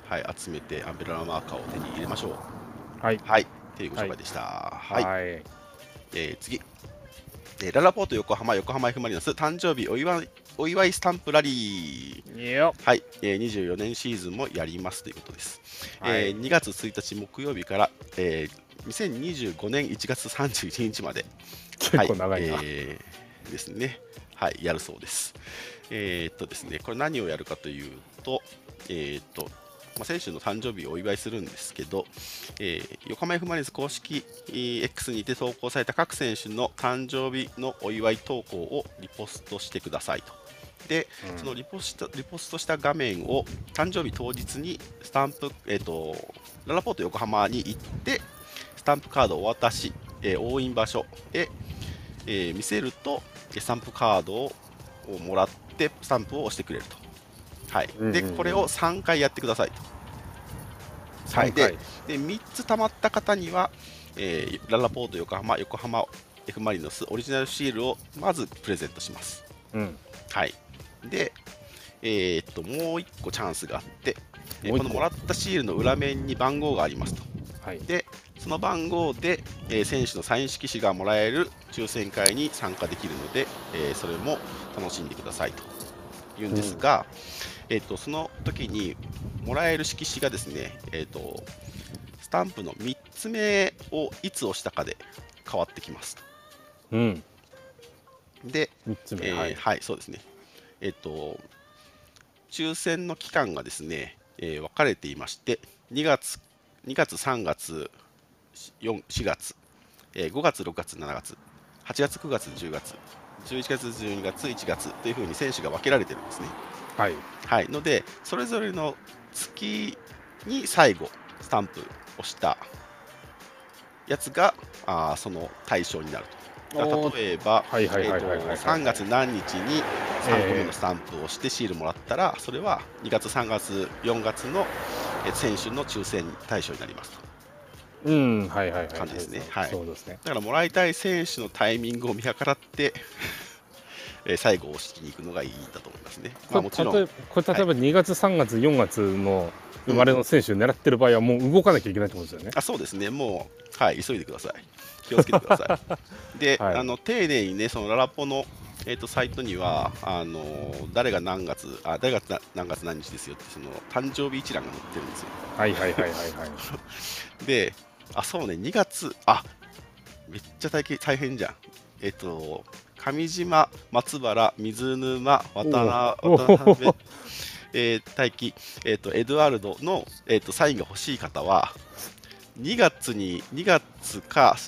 はい、集めてアンベラマーカーを手に入れましょう。 はいはいというご紹介でした。はい、 はい次、ララポート横浜 F ・マリノス誕生日お祝いスタンプラリー。 よっはい、24年シーズンもやりますということです。 はい 2月1日木曜日から、2025年1月31日まで結構長いな、 ですね、はい、やるそうです。ですね、これ何をやるかというと、選手の誕生日をお祝いするんですけど、横浜 F ・マリノス公式 X にて投稿された各選手の誕生日のお祝い投稿をリポストしてくださいと。で、そのリポストした画面を誕生日当日にスタンプ、ララポート横浜に行ってスタンプカードをお渡し、押印場所へ、見せるとスタンプカードをもらってスタンプを押してくれると。はい、でこれを3回やってくださいと。はい、で3つたまった方には、ララポート横浜 F ・マリノスオリジナルシールをまずプレゼントします。はい、で、もう1個チャンスがあって、このもらったシールの裏面に番号がありますと。 はい、 でその番号で、選手のサイン色紙がもらえる抽選会に参加できるので、それも楽しんでくださいというんですが、その時にもらえる色紙がですね、スタンプの3つ目をいつ押したかで変わってきますと。で、 3つ目、 はい、そうですね。抽選の期間がですね、分かれていまして、2月、3月、4月、5月、6月、7月、8月、9月、10月、11月、12月、1月というふうに選手が分けられてるんですね。 はい、 はい、ので、それぞれの月に最後、スタンプをしたやつがその対象になると。例えば、3月何日に3個目のスタンプをしてシールもらったら、それは2月、3月、4月の選手の抽選対象になりますと。感じですね。はい。だからもらいたい選手のタイミングを見計らって最後押しに行くのがいいんだと思いますね。もちろんこれ例えば2月、3月、4月の生まれの選手を狙ってる場合はもう動かなきゃいけないってことですよね。 そうですね。もう、はい、急いでください。気をつけてください。で、丁寧にね、そのララポのサイトには誰が何月何日ですよってその誕生日一覧が載ってるんですよ。で、そうね、2月、めっちゃ大変じゃん。上島、松原、水沼、渡辺、大輝、エドワルドの、サインが欲しい方は2月か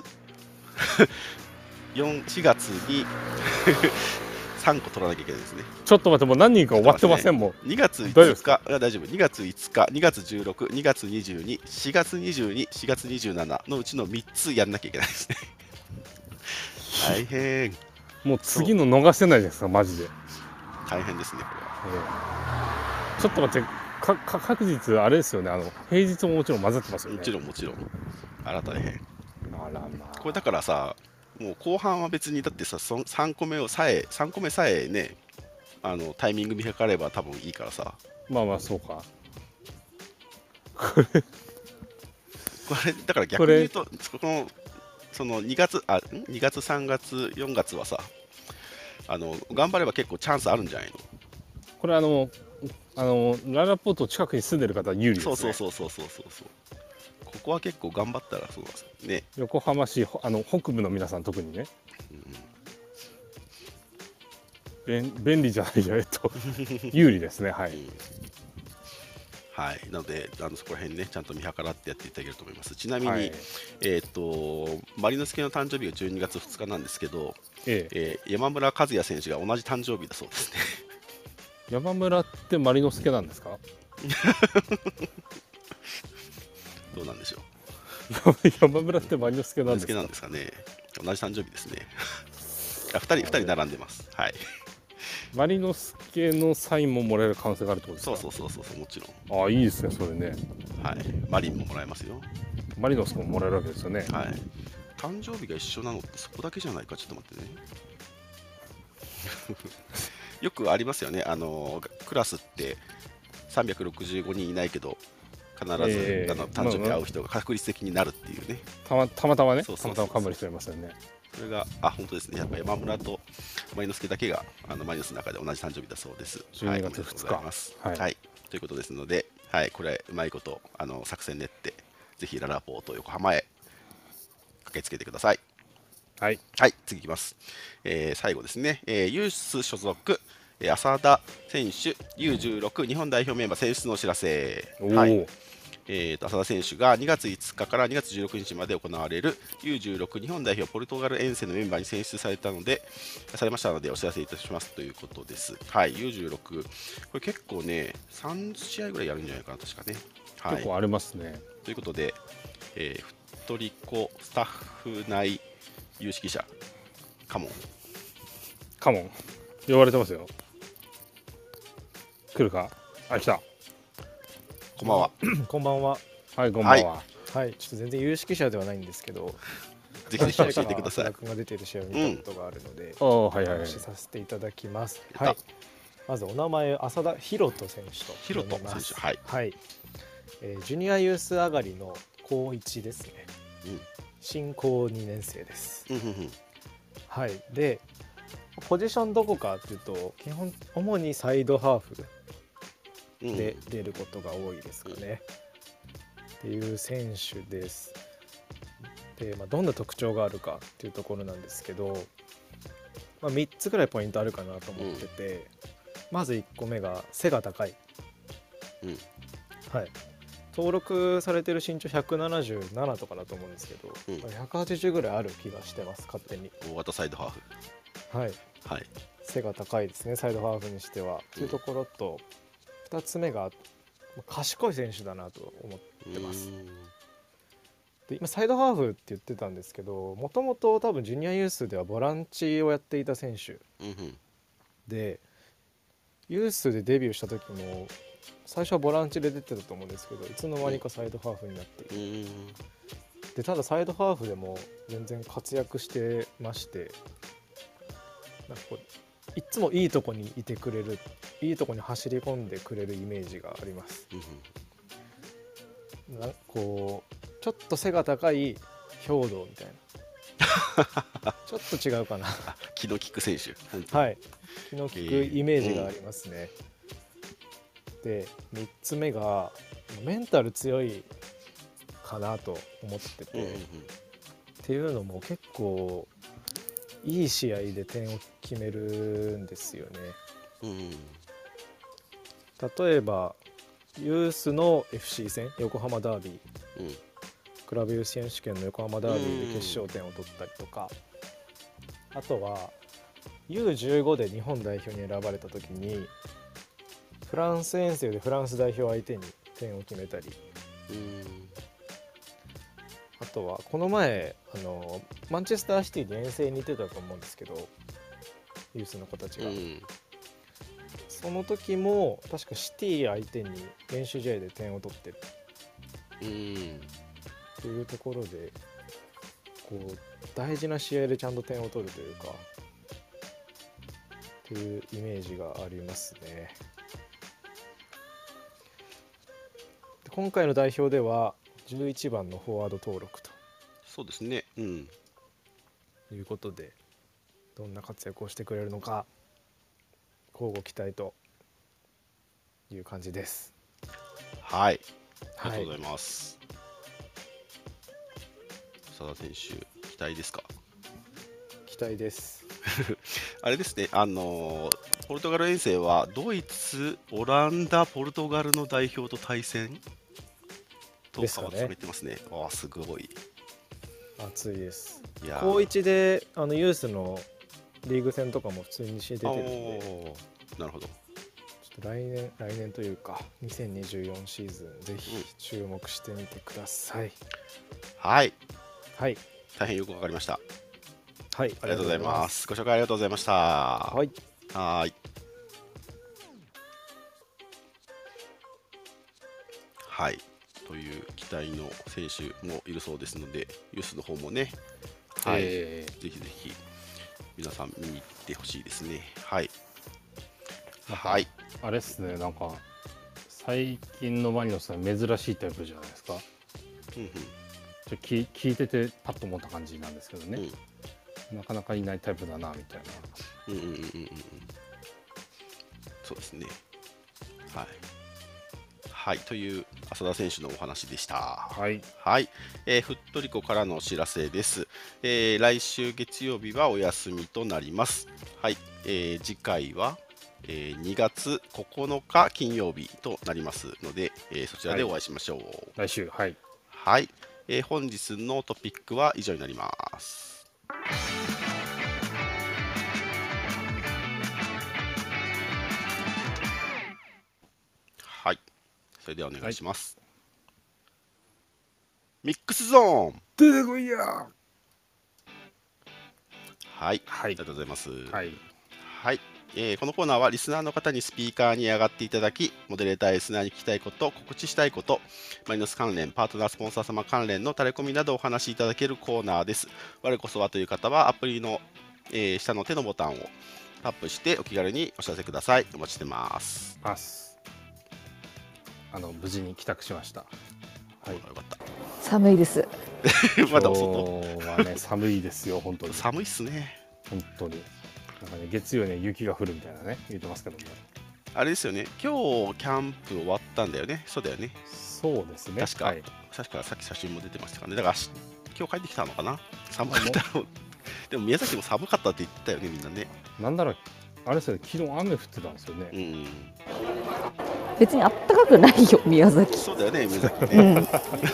4月に3個取らなきゃいけないですね。 ちょっと待って、もう何人か終わってませんもん。 2月5日、大丈夫。2月5日、2月16、2月22、4月22、4月27のうちの3つやんなきゃいけないですね。大変。 もう次の逃せないですか、マジで。 大変ですね、これは。 ちょっと待って、各日あれですよね、平日ももちろん混ざってますよね。 もちろん。大変。 これだからさ、もう後半は別にだってさ、3個目さえね、タイミング見計れば多分いいからさ。 そうか。 これだから逆に言うと、その2月、3月、4月はさ、頑張れば結構チャンスあるんじゃないの？ これララポート近くに住んでる方は有利ですね。 そう。ここは結構頑張ったらそうですね。 横浜市北部の皆さん特にね。便利じゃないよ有利ですね。はい。 はい、なのでそこら辺ねちゃんと見計らってやっていただけると思います。ちなみに、マリノス系の誕生日が12月2日なんですけど、山村和也選手が同じ誕生日だそうですね。 山村ってマリノス系なんですか？ どうなんでしょう。山村ってマリノス系なんですかね。同じ誕生日ですね。2人並んでます。はい。 マリノス系のサインももらえる可能性があるってことですか？ そうもちろん。いいですね、それね。 はい。マリンももらえますよ。 マリノスももらえるわけですよね。 はい。誕生日が一緒なのってそこだけじゃないか、ちょっと待ってね。よくありますよね。クラスって365人いないけど必ず、誕生日会う人が確率的になるっていうね。 たまたまね、 そうそうそうそうたまたまかぶる人いますよね。 それが、本当ですね。やっぱり山村とマリノスケだけがマリノスの中で同じ誕生日だそうです。 12月2日、 おめでとうございます。 はいはい、ということですので、これうまいこと作戦練ってぜひララポート横浜へ駆けつけてください。 はい、 はい、次いきます。最後ですね、ユース所属、浅田選手 U16 日本代表メンバー選出のお知らせ。 おお、 はい、浅田選手が2月5日から2月16日まで行われる U16 日本代表ポルトガル遠征のメンバーに選出されましたのでお知らせいたしますということです。はい、U16 これ結構ね3試合ぐらいやるんじゃないかな確かね。はい、 結構ありますね。 ということで、フットリコスタッフ内有識者カモンカモン呼ばれてますよ。来るか。あ、来た。 こんばんは。 こんばんは。 はい、こんばんは。 はい、ちょっと全然有識者ではないんですけど、 ぜひぜひ教えてください。 浅田君が出ている試合を見たことがあるので、 おはいはいはい。 話させていただきます。 やったはい。まずお名前浅田博人選手とヒロト呼びます。 選手、はい。 はい。ジュニアユース上がりの高1ですね。新高2年生です。 うんうんうんはい。で、ポジションどこかっていうと、主にサイドハーフうんで出ることが多いですかね。っていう選手です。で、どんな特徴があるかっていうところなんですけど、3つぐらいポイントあるかなと思ってて、まず1個目が背が高い。はい。登録されてる身長177とかだと思うんですけど、180ぐらいある気がしてます、勝手に。 大型サイドハーフ。 はい。 はい。 背が高いですね、サイドハーフにしては。というところと、2つ目が賢い選手だなと思ってます。で今サイドハーフって言ってたんですけど、もともと多分ジュニアユースではボランチをやっていた選手で、ユースでデビューした時も最初はボランチで出てたと思うんですけど、いつの間にかサイドハーフになっている。でただサイドハーフでも全然活躍してまして、なんかこういつもいいとこにいてくれる、いいとこに走り込んでくれるイメージがあります。こうちょっと背が高い兵道みたいなちょっと違うかな気の利く選手。 はい、気の利くイメージがありますね。で3つ目がメンタル強いかなと思ってて、っていうのも結構いい試合で点を決めるんですよね。例えばユースの FC 戦横浜ダービー、クラブユース選手権の横浜ダービーで決勝点を取ったりとか、あとは U15 で日本代表に選ばれた時にフランス遠征でフランス代表相手に点を決めたり、あとはこの前マンチェスターシティに遠征に行ってたと思うんですけど、ユースの子たちが、その時も確かシティ相手に練習試合で点を取ってるというところで、こう大事な試合でちゃんと点を取るというかっていうイメージがありますね。で今回の代表では11番のフォワード登録とそうですね。 いうことで、どんな活躍をしてくれるのか乞うご期待という感じです。 はい。ありがとうございます。浅田選手、期待ですか？ 期待です。 あれですね、ポルトガル遠征はドイツ、オランダ、ポルトガルの代表と対戦とですかね。 進めてますね。ああ、すごい。 熱いです。 いや高1でユースのリーグ戦とかも普通に試合出てるんで、 なるほど。 ちょっと来年というか2024シーズンぜひ注目してみてください。 はい。 はい。 大変よくわかりました。 はい。 ありがとうございます。ご紹介ありがとうございました。 はい。 はい。はい。という期待の選手もいるそうですので、ユースの方もね、はい、ぜひぜひ皆さん見に行ってほしいですね。はい。はい。 あれっすね、なんか最近のマリノスは珍しいタイプじゃないですか。 うんうん聞いててパッと思った感じなんですけどね、なかなかいないタイプだなみたいな。 うんうんうんうんうん。そうですね。はい。はい、という浅田選手のお話でした。 はい、 はい。フットリコからのお知らせです。来週月曜日はお休みとなります。はい。次回は、2月9日金曜日となりますので、そちらでお会いしましょう。 来週、はい。 はい。本日のトピックは以上になります。はい。それではお願いします。ミックスゾーン。 出てこいや。 はい。 はい、 ありがとうございます。 はい。 はい。このコーナーはリスナーの方にスピーカーに上がっていただき、モデレーター、リスナーに聞きたいこと、告知したいこと、マリノス関連、パートナー、スポンサー様関連のタレコミなどをお話しいただけるコーナーです。我こそはという方は、アプリの、下の手のボタンをタップしてお気軽にお知らせください。お待ちしてます。 無事に帰宅しました。はい、 よかった。 寒いです。 まだお外。 今日はね、寒いですよ、本当に。 寒いっすね。 本当に。なんかね、月曜ね、雪が降るみたいなね、言ってますけども。 あれですよね、今日キャンプ終わったんだよね。そうだよね。 そうですね。 確か、確かさっき写真も出てましたからね。だから今日帰ってきたのかな。寒かったろう。でも宮崎も寒かったって言ってたよね、みんなね。 なんだろう、あれですよね、昨日雨降ってたんですよね。 うん。 別にあったかくないよ、宮崎。 そうだよね、宮崎ね。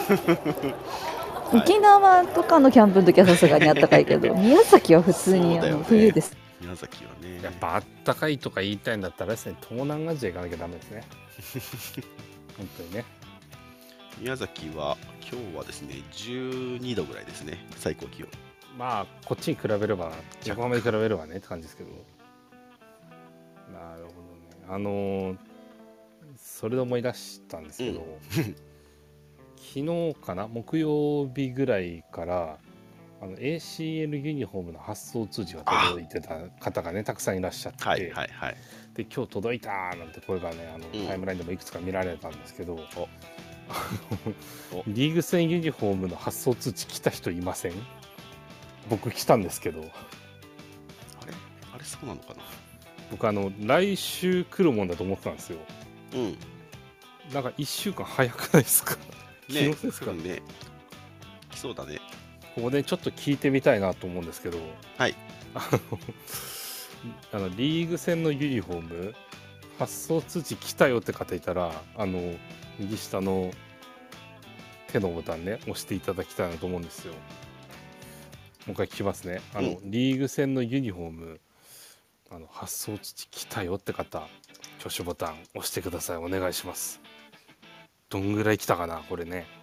沖縄とかのキャンプの時はさすがにあったかいけど、宮崎は普通に冬です。 宮崎はね。 やっぱあったかいとか言いたいんだったらですね、東南アジア行かなきゃダメですね。本当にね。 宮崎は今日はですね、12度ぐらいですね、最高気温。 まあ、こっちに比べれば、横浜に比べればねって感じですけど。なるほどね。それで思い出したんですけど、昨日かな、木曜日ぐらいからACL ユニフォームの発送通知が届いてた方がね、たくさんいらっしゃって、 はいはいはい。 で今日届いたなんて声がね、タイムラインでもいくつか見られたんですけど、リーグ戦ユニフォームの発送通知来た人いません？僕来たんですけど。 あれそうなのかな。僕来週来るもんだと思ってたんですよ。 うん。 なんか1週間早くないですか？ ね、 昨日ですかね。来そうだね。 ここでちょっと聞いてみたいなと思うんですけど、 はい。 リーグ戦のユニフォーム発送通知来たよって方いたら、右下の手のボタンね、押していただきたいなと思うんですよ。もう一回聞きますね。リーグ戦のユニフォーム発送通知来たよって方、挙手ボタン押してください。お願いします。どんぐらい来たかなこれね。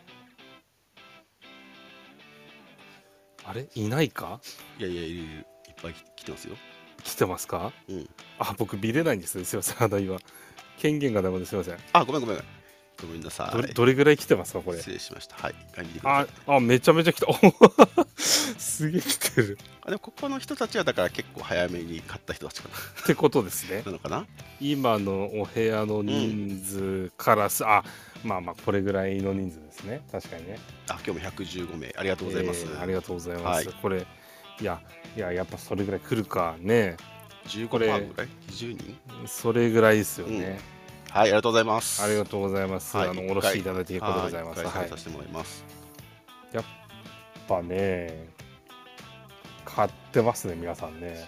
あれいないか？ いやいや、いるいる。いっぱい来てますよ。 来てますか？ うん。 僕見れないんですね。すいません。今権限がダメですいません。 ごめんなさい。 どれぐらい来てますかこれ？ 失礼しました。はい。一回見てください。 めちゃめちゃ来た。すげえ来てる。 でもここの人たちはだから結構早めに買った人たちかな。 ってことですね。 なのかな。 今のお部屋の人数からまあこれぐらいの人数ですね。確かにね。 今日も115名ありがとうございます。 ありがとうございます。 はい、 これやっぱそれぐらい来るかね。 15%ぐらい20人それぐらいですよね。 はい、ありがとうございます。 ありがとうございます。おろしていただいて結構でございます。 はい、させてもらいます。 やっぱね、買ってますね、皆さんね。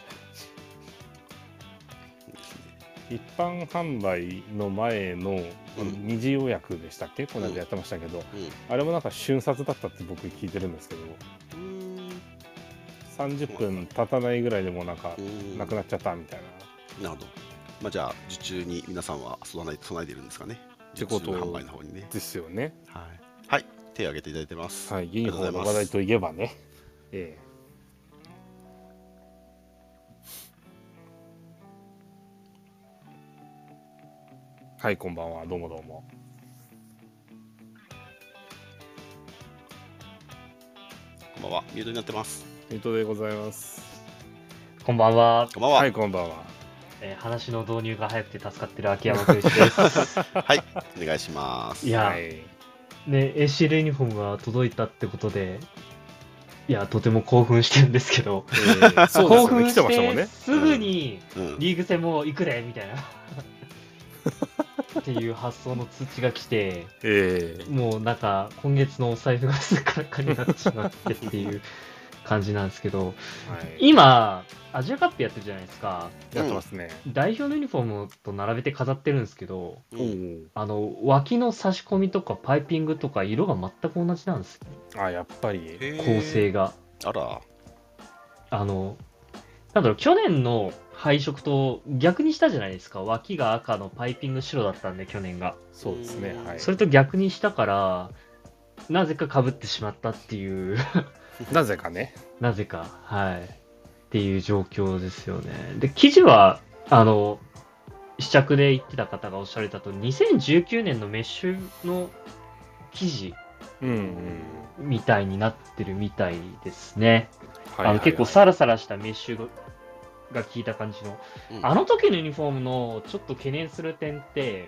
一般販売の前の二次予約でしたっけ？この間やってましたけど、あれもなんか瞬殺だったって僕聞いてるんですけど、30分経たないぐらいでもなんかなくなっちゃったみたいな。 なるほど。じゃあ受注に皆さんは備えているんですかね。 ってこと販売の方にね。 ですよね。 はい、手を挙げていただいてます。 はい、ユニフォームの話題といえばね。はい、こんばんは。どうもどうも。 こんばんは。ミュートになってます。 ミュートでございます。 こんばんは。 こんばんは。 はい、こんばんは。 話の導入が早くて助かってる秋山君です。 はい、お願いします。 いや、 はい。 ね、ACL ユニフォームが届いたってことで、いや、とても興奮してるんですけど、 そうですよね。 興奮来てましたもんね。 してすぐにうん、 リーグ戦も行くでみたいなっていう発想の通知が来て、もうなんか今月のお財布がすっからかになってしまってっていう感じなんですけど、 はい。 今、アジアカップやってるじゃないですか。 やってますね。 代表のユニフォームと並べて飾ってるんですけど、 うん脇の差し込みとかパイピングとか色が全く同じなんですよね。 あ、やっぱり。 構成が。 あら、 なんだろう、去年の配色と逆にしたじゃないですか。脇が赤のパイピング白だったんで、去年が。 そうですね。はい。 それと逆にしたから、なぜか被ってしまったっていう、 なぜかね。 なぜか、はい。っていう状況ですよね。で、記事は、試着で言ってた方がおっしゃられたと、2019年のメッシュの記事うんみたいになってるみたいですね。 うん。 結構サラサラしたメッシュが効いた感じの。 うんあの時のユニフォームのちょっと懸念する点って、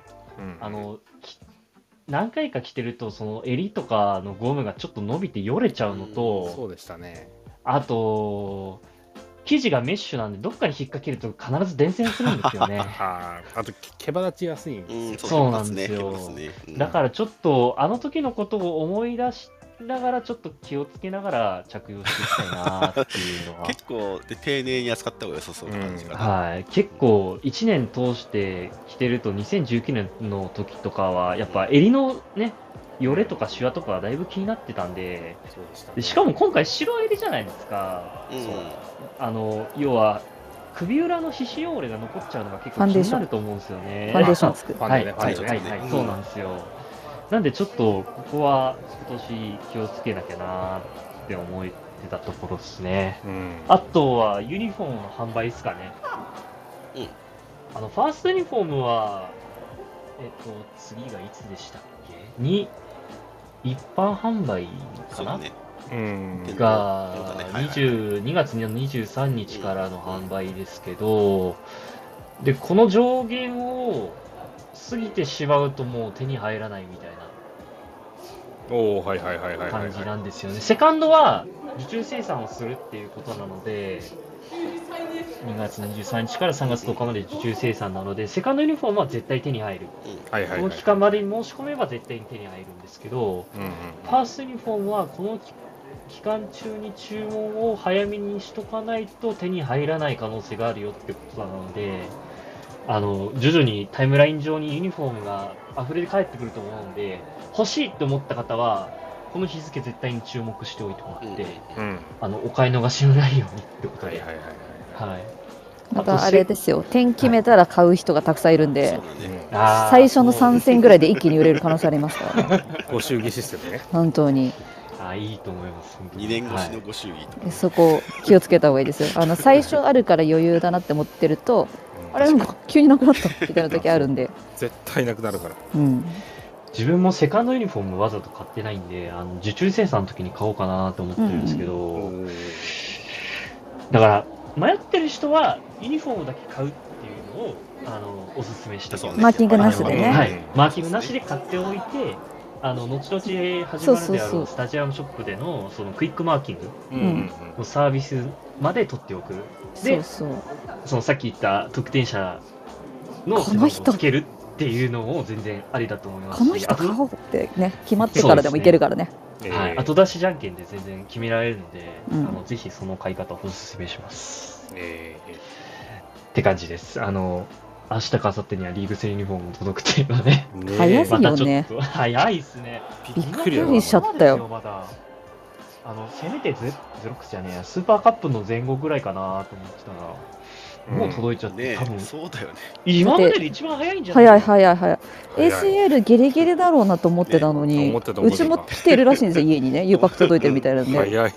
何回か着てると、その襟とかのゴムがちょっと伸びてよれちゃうのと、 そうでしたね。 あと、生地がメッシュなんで、どっかに引っ掛けると必ず伝染するんですよね。 あと、毛羽立ちやすいんうん、 ですよ。 そうなんですよ引っ張ねだからちょっと、あの時のことを思い出しながら、ちょっと気をつけながら着用していきたいなっていうのは。 結構で丁寧に扱った方が良さそうな感じかな。 はい、結構1年通して着てると2019年の時とかはやっぱ襟のねよれとかシワとかはだいぶ気になってたんで、 そうでしたね。 でしかも今回白襟じゃないですか。 うん要は首裏の皮脂汚れが残っちゃうのが結構気になると思うんですよね。 ファンデーションつく。 ファンはいデねファンデはいはいはい、そうなんですよ。なんでちょっとここは今年気をつけなきゃなって思ってたところですね。 うん。 あとはユニフォームの販売ですかね。ファーストユニフォームは、次がいつでしたっけに、一般販売かな、 そうだね。 うん。 がそうだねはいはい 2月の23日からの販売ですけど、で、この上限を過ぎてしまうともう手に入らないみたいおお、はいはいはいはいはい。 な感じなんですよね。セカンドは受注生産をするっていうことなので、2月23日から3月10日まで受注生産なので、セカンドユニフォームは絶対手に入る。 はいはいはい。 この期間までに申し込めば絶対に手に入るんですけど、 うんうん。 ファーストユニフォームはこの期間中に注文を早めにしとかないと手に入らない可能性があるよってことなので、徐々にタイムライン上にユニフォームが溢れて帰ってくると思うので、欲しいって思った方は、この日付絶対に注目しておいてもらって、 うん。 お買い逃しのないようにってことで、 はいはいはい。 はい。 またあれですよ、点決めたら買う人がたくさんいるんで、 そうだね。 あー最初の3戦ぐらいで一気に売れる可能性ありますからね、 ご祝儀システムね。 本当に。 いいと思います。本当に 2年越しのはいご祝儀とか。 そこ気をつけた方がいいですよ。最初あるから余裕だなって思ってると、あれなんか急になくなったみたいな時あるんで、 絶対なくなるから。 うん、 自分もセカンドユニフォームわざと買ってないんで、受注生産の時に買おうかなと思ってるんですけど、だから迷ってる人はユニフォームだけ買うっていうのをおすすめしてそうねマーキングなしではね。 い、マーキングなしで買っておいて、後々始まるであそうそうそうろうスタジアムショップでのそのクイックマーキングうんうんのサービスまで取っておく。で、 そうそう。 そのさっき言った得点者のこの人背番号をつけるっていうのを全然ありだと思いますし、 この人買おうってね、決まってからでもいけるからね。 はい、後出しじゃんけんで全然決められるので、 うんぜひその買い方をお勧めします。 えって感じです。明日か明後日にはリーグ戦ユニフォームも届くっていうのはね、 ー早いまたちょっよねと早いっすね。 びっくりだなりしちゃったよ。 まだせめてゼロックスじゃねえや、スーパーカップの前後ぐらいかなと思ってたら、もう届いちゃって、 ね多分そうだよね。 今までで一番早いんじゃない早い早い早い。 早い ACL ギリギリだろうなと思ってたのに、 思ってたうちも来てるらしいんですよ、家にね。U パック届いてるみたいなんで。 早い。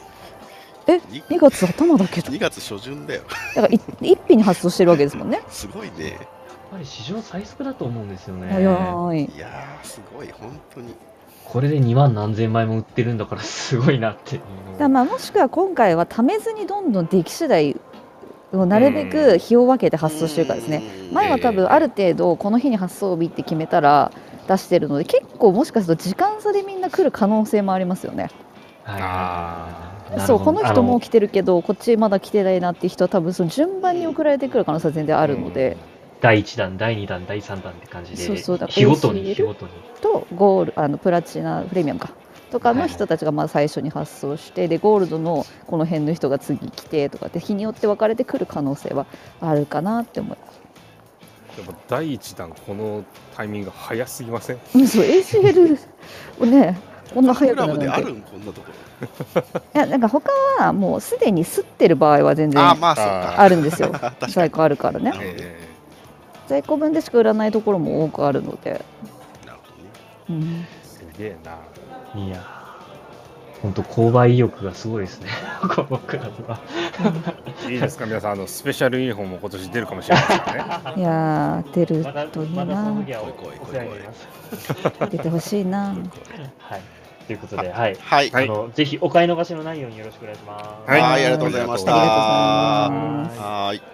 2月頭だけど。 2月初旬だよ。 だから一品に発送してるわけですもんね。 すごいね。 やっぱり史上最速だと思うんですよね。 早い。 いやー、すごい、本当に。 これで2万何千枚も売ってるんだからすごいなっていうのをだからまあもしくは今回はためずにどんどん出来次第なるべく日を分けて発送してるからですね。前は多分ある程度この日に発送日って決めたら出してるので、結構もしかすると時間差でみんな来る可能性もありますよね。そうこの人もう来てるけどこっちまだ来てないなっていう人は多分その順番に送られてくる可能性は全然あるので、 第1弾、第2弾、第3弾って感じで、 そうそうだから日ごとに ACL 日ごとに。 とゴールプラチナプレミアムかとかの人たちがまあ最初に発送して、でゴールドのこの辺の人が次来てとかって日によって分かれてくる可能性はあるかなって思います。 やっぱ第一弾このタイミング早すぎません？ そう ACL をねこんな早くなるなんて。 クラブであるんこんなところ。 いやなんか他はもうすでに吸ってる場合は全然まあそうか。 あるんですよ。 確かに在庫あるからね。在庫分でしか売らないところも多くあるので。 なるほどね。 すげえな。 いや、本当購買意欲がすごいですね。このクラブは。 いいですか皆さん、スペシャルユニフォームも今年出るかもしれないですからね。 いやー出るまだといいまだそのな。 時はお世話になります。 出てほしいな。 はい。ということで、はい。 はい。 ぜひお買い逃しのないようによろしくお願いします。 はいありがとうございました。 ありがとうございます。 はい。 いや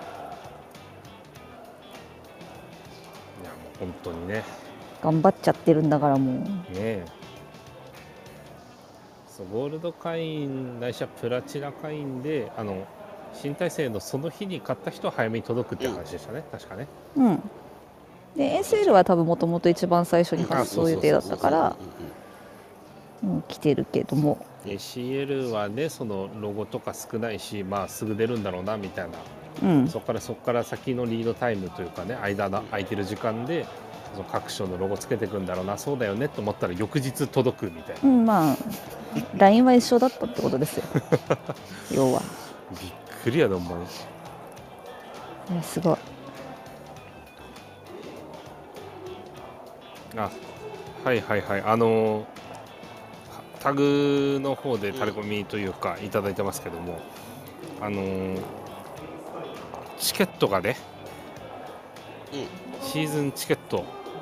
もう本当にね。 頑張っちゃってるんだからもう。 ねえ。そうゴールド会員ないしはプラチナ会員で新体制のその日に買った人は早めに届くって話でしたね、確かね。 うん。で ACL は多分もともと一番最初に発送予定だったから来てるけども。 ACL はねそのロゴとか少ないし、まあすぐ出るんだろうなみたいな。そこから先のリードタイムというかね間の空いてる時間でその各所のロゴつけていくんだろうな、そうだよねと思ったら翌日届くみたいな。 まあ LINE は一緒だったってことですよ要は。 びっくりやでお前。 すごい。 はいはいはい、タグの方でタレコミというかいただいてますけども、チケットがね、シーズンチケット、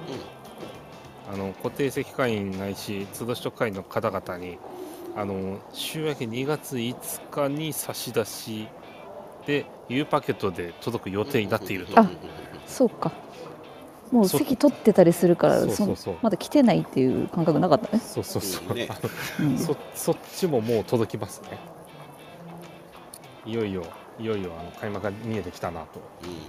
固定席会員ないし都度取得会員の方々に週明け2月5日に差し出しで U パケットで届く予定になっていると。 そうか、もう席取ってたりするからまだ来てないっていう感覚なかったね。 そうそっちももう届きますね。いよいよ開幕が見えてきたなと。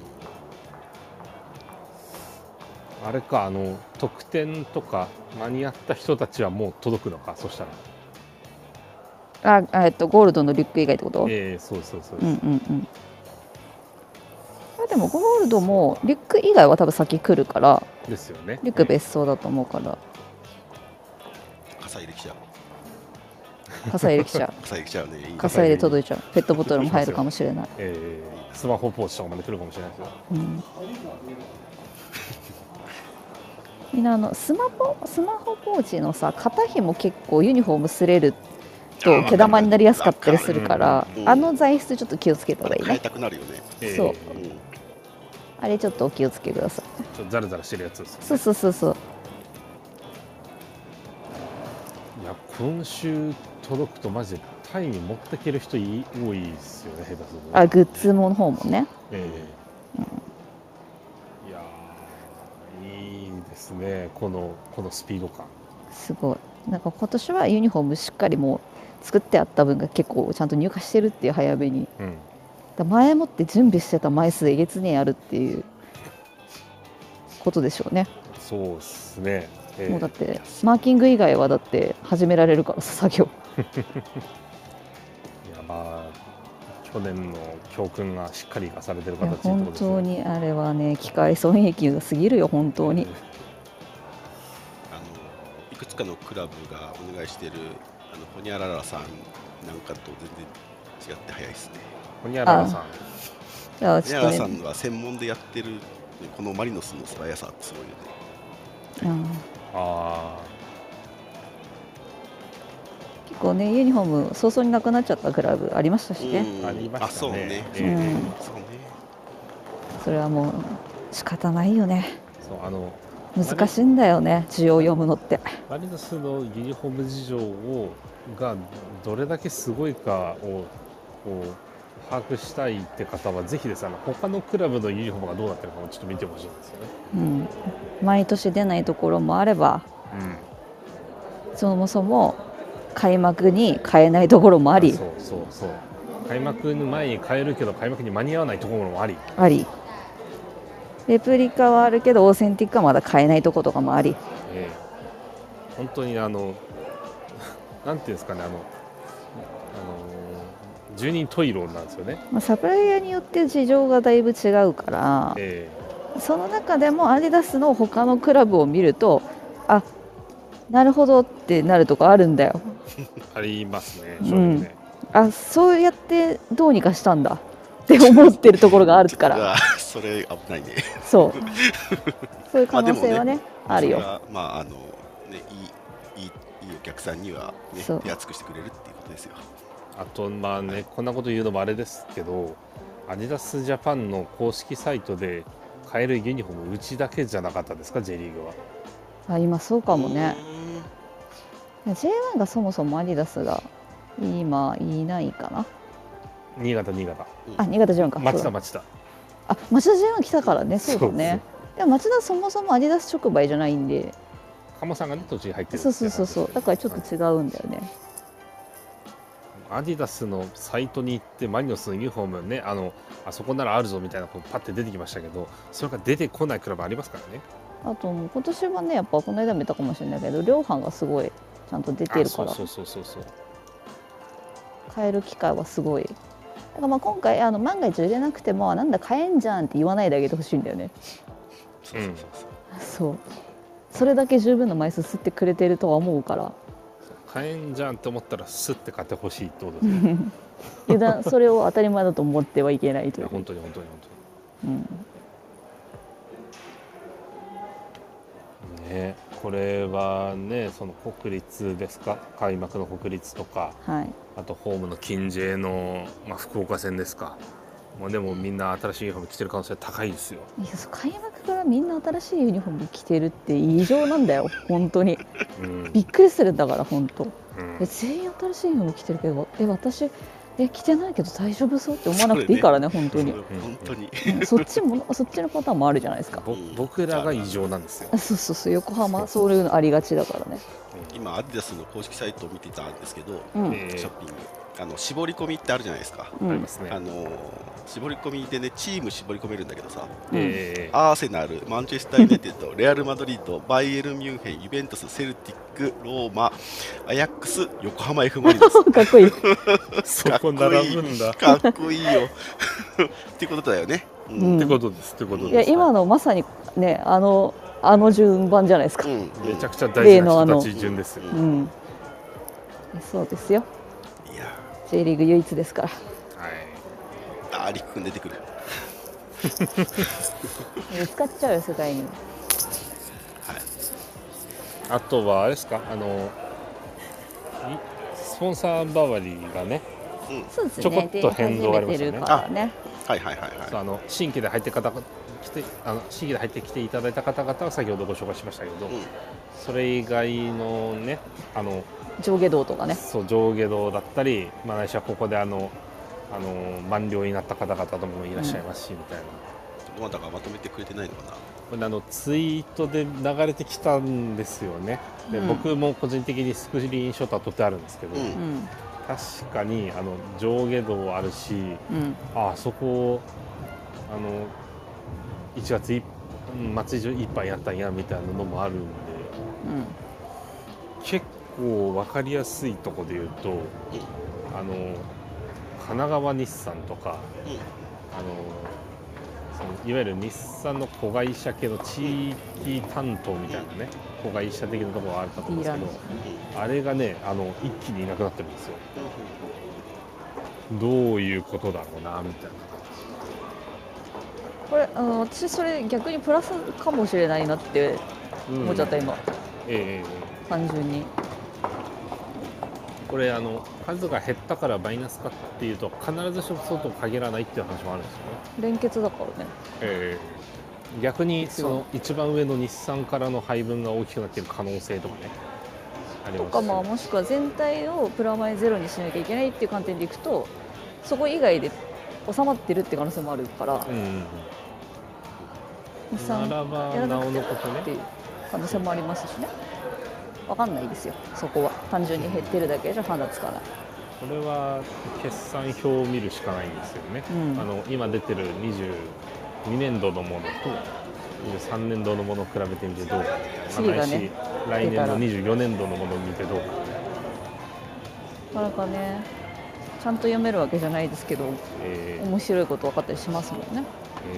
あれか特典とか間に合った人たちはもう届くのか、そしたら。 ゴールドのリュック以外ってこと？ そうですそうです。 でもゴールドもリュック以外は多分先来るからですよね。 リュック別荘だと思うから。 傘入れきちゃう。 傘入れきちゃう。 傘入れきちゃうね。 傘入れ届いちゃう。ペットボトルも入るかもしれない。 スマホポーチとかまで来るかもしれないですよ。 みんなスマホポーチのさ肩紐結構ユニフォーム擦れると毛玉になりやすかったりするから、材質ちょっと気をつけた方がいいね。 変えたくなるよね。 そう。あれちょっとお気をつけください。 ちょっとザラザラしてるやつですよね。 そう。 いや今週届くとマジでタイに持ってける人多いですよね、下手すると。 グッズの方もね。 いやいいですね、このスピード感。 すごい。なんか今年はユニフォームしっかりもう作ってあった分が結構ちゃんと入荷してるっていう、早めに。前もって準備してた枚数えげつねえあるっていうことでしょうね。 そうですね。 もうだってマーキング以外はだって始められるから作業。 いやまあ去年の教訓がしっかり生かされてる形ってこと本当にあれはね機械損益が過ぎるよ本当に。 いくつかのクラブがお願いしているホニャララさんなんかと全然違って早いですね。 ホニャララさん。 ホニャララさんは専門でやってるこのマリノスの素早さってすごいよね。 結構ねユニフォーム早々になくなっちゃったクラブありましたしね。 ありましたね。 それはもう仕方ないよね。 そう難しいんだよね字を読むのって。 マリノスのユニフォーム事情がどれだけすごいかを把握したいって方はぜひです他のクラブのユニフォームがどうなってるかもちょっと見てほしいんですよね。 うん、毎年出ないところもあれば、そもそも開幕に変えないところもあり、 そう開幕の前に変えるけど開幕に間に合わないところもありレプリカはあるけどオーセンティックはまだ変えないところとかもあり、 本当になんていうんですかね十人十色なんですよね。 サプライヤーによって事情がだいぶ違うから、その中でもアディダスの他のクラブを見ると、あ、なるほどってなるとこあるんだよ。 ありますね、正直ね。 あ、そうやってどうにかしたんだって思ってるところがあるから。 それ危ないね。 そういう可能性はね、あるよ。 いいお客さんにはね、手厚くしてくれるっていうことですよ。 あとこんなこと言うのもあれですけど、アディダスジャパンの公式サイトで買えるユニフォームうちだけじゃなかったですか、J リーグは。 今そうかもね。J1 がそもそもアディダスが今いないかな。 新潟。 新潟J1か。 町田。 町田 J1 来たからね、そうだね。でも町田そもそもアディダス直売じゃないんで。 鴨さんがね途中に入ってる。 そう。だからちょっと違うんだよね。 アディダスのサイトに行ってマリノスのユニフォームね、あそこならあるぞみたいなことパッて出てきましたけど、それが出てこないクラブありますからね。 あと今年はね、やっぱこの間も言ったかもしれないけど、量販がすごいちゃんと出てるから、 そう買える機会はすごい。だから今回万が一売れなくても、なんだ買えんじゃんって言わないであげてほしいんだよね。それだけ十分な枚数吸ってくれてるとは思うから、 買えんじゃんって思ったらスッて買ってほしいってことですね。 それを当たり前だと思ってはいけないという。 本当に、ね、これはね、その国立ですか、開幕の国立とか、あとホームの近 J の、福岡戦ですか。でもみんな新しいユニフォーム着てる可能性高いですよ。開幕からみんな新しいユニフォーム着てるって異常なんだよ本当に、びっくりするんだから本当、全員新しいユニフォーム着てるけど、私着てないけど大丈夫そうって思わなくていいからね、本当に。そっちのパターンもあるじゃないですか。 僕らが異常なんですよ。 そう横浜そういうのありがちだからね。 今アディダスの公式サイトを見てたんですけど、ショッピング絞り込みってあるじゃないですか。 ありますね。 絞り込みでね、チーム絞り込めるんだけどさ、アーセナル、マンチェスター・ユナイテッド、レアル・マドリード、バイエルン・ミュンヘン、ユベントス、セルティック、ローマ、アヤックス、横浜 F ・マリノス。 かっこいい。 そこ並ぶんだ。 かっこいいよ。っていうことだよね。 ってことです。 いや今のまさにね、あの順番じゃないですか。 めちゃくちゃ大事な人たち順ですよ。 そうですよ。J リーグ唯一ですから。 リク君出てくる。 使っちゃうよ世界に。 あとはあれですか、スポンサー周りがね、ちょこっと変動がありましたね。新規で入って新規で入ってきていただいた方々は先ほどご紹介しましたけど、それ以外のね、 上下動とかね、 上下動だったり、ないしはここで満了になった方々ともいらっしゃいますし、みたいな。 どなたかまとめてくれてないのかな。 これツイートで流れてきたんですよね。で、僕も個人的にスクリーンショットは撮ってあるんですけど、確かに上下動あるし、そこ1月末以上やったんやみたいなのもあるんで、結構分かりやすいところで言うと、神奈川日産とか、いわゆる日産の子会社系の地域担当みたいなね、子会社的なところがあるかと思うんですけど、あれがね、一気にいなくなってるんですよ。どういうことだろうなみたいな。 これ私それ逆にプラスかもしれないなって思っちゃった今、単純に。 これ数が減ったからマイナスかっていうと必ずしもそうと限らないっていう話もあるんですよね。 連結だからね。 逆にその一番上の日産からの配分が大きくなっている可能性とかね、ありますし。 とかもしくは全体をプラマイゼロにしなきゃいけないっていう観点でいくと、そこ以外で収まってるって可能性もあるから、 うんうん日産ならばやらなくてなおのことねっていう可能性もありますしね。わかんないですよ、そこは。単純に減ってるだけじゃ判断つかない。 これは決算表を見るしかないんですよね、 うん今出てる22年度のものと23年度のものを比べてみてどうか、 次がね来年の出 24年度のものを見てどうか、 なかなかね、ちゃんと読めるわけじゃないですけど、 え面白いこと分かったりしますもんね。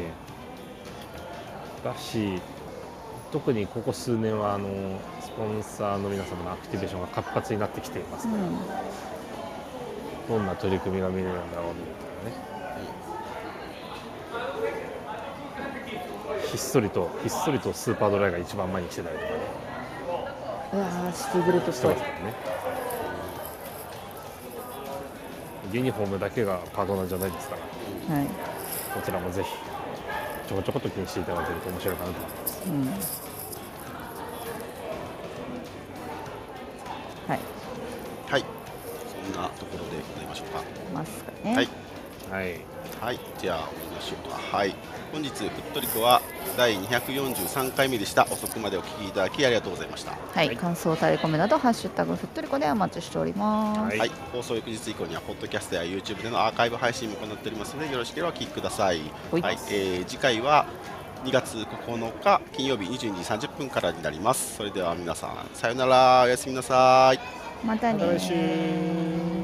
だし特にここ数年はスポンサーの皆様のアクティベーションが活発になってきていますから、どんな取り組みが見れるんだろうみたいなね、ひっそりとスーパードライが一番前に来てたりとかねいやー、シティグループっぽいしてます。からね。ユニフォームだけがパートナーじゃないですから、 はい、 こちらもぜひちょこちょこと気にしていただけると面白いかなと思います。 はいはい、そんなところでございましょうか。 ますかね。 はいはいはい、じゃあ終わりましょうか。はい、本日ふっとりこは第243回目でした。遅くまでお聞きいただきありがとうございました。 はい、感想、タレコメなど、ハッシュタグふっとりこでお待ちしております。 はい、放送翌日以降にはポッドキャストや YouTube でのアーカイブ配信も行っておりますので、よろしければお聞きください。 はいはい、次回は2月9日金曜日22時30分からになります。それでは皆さんさようなら、おやすみなさい。 またねー。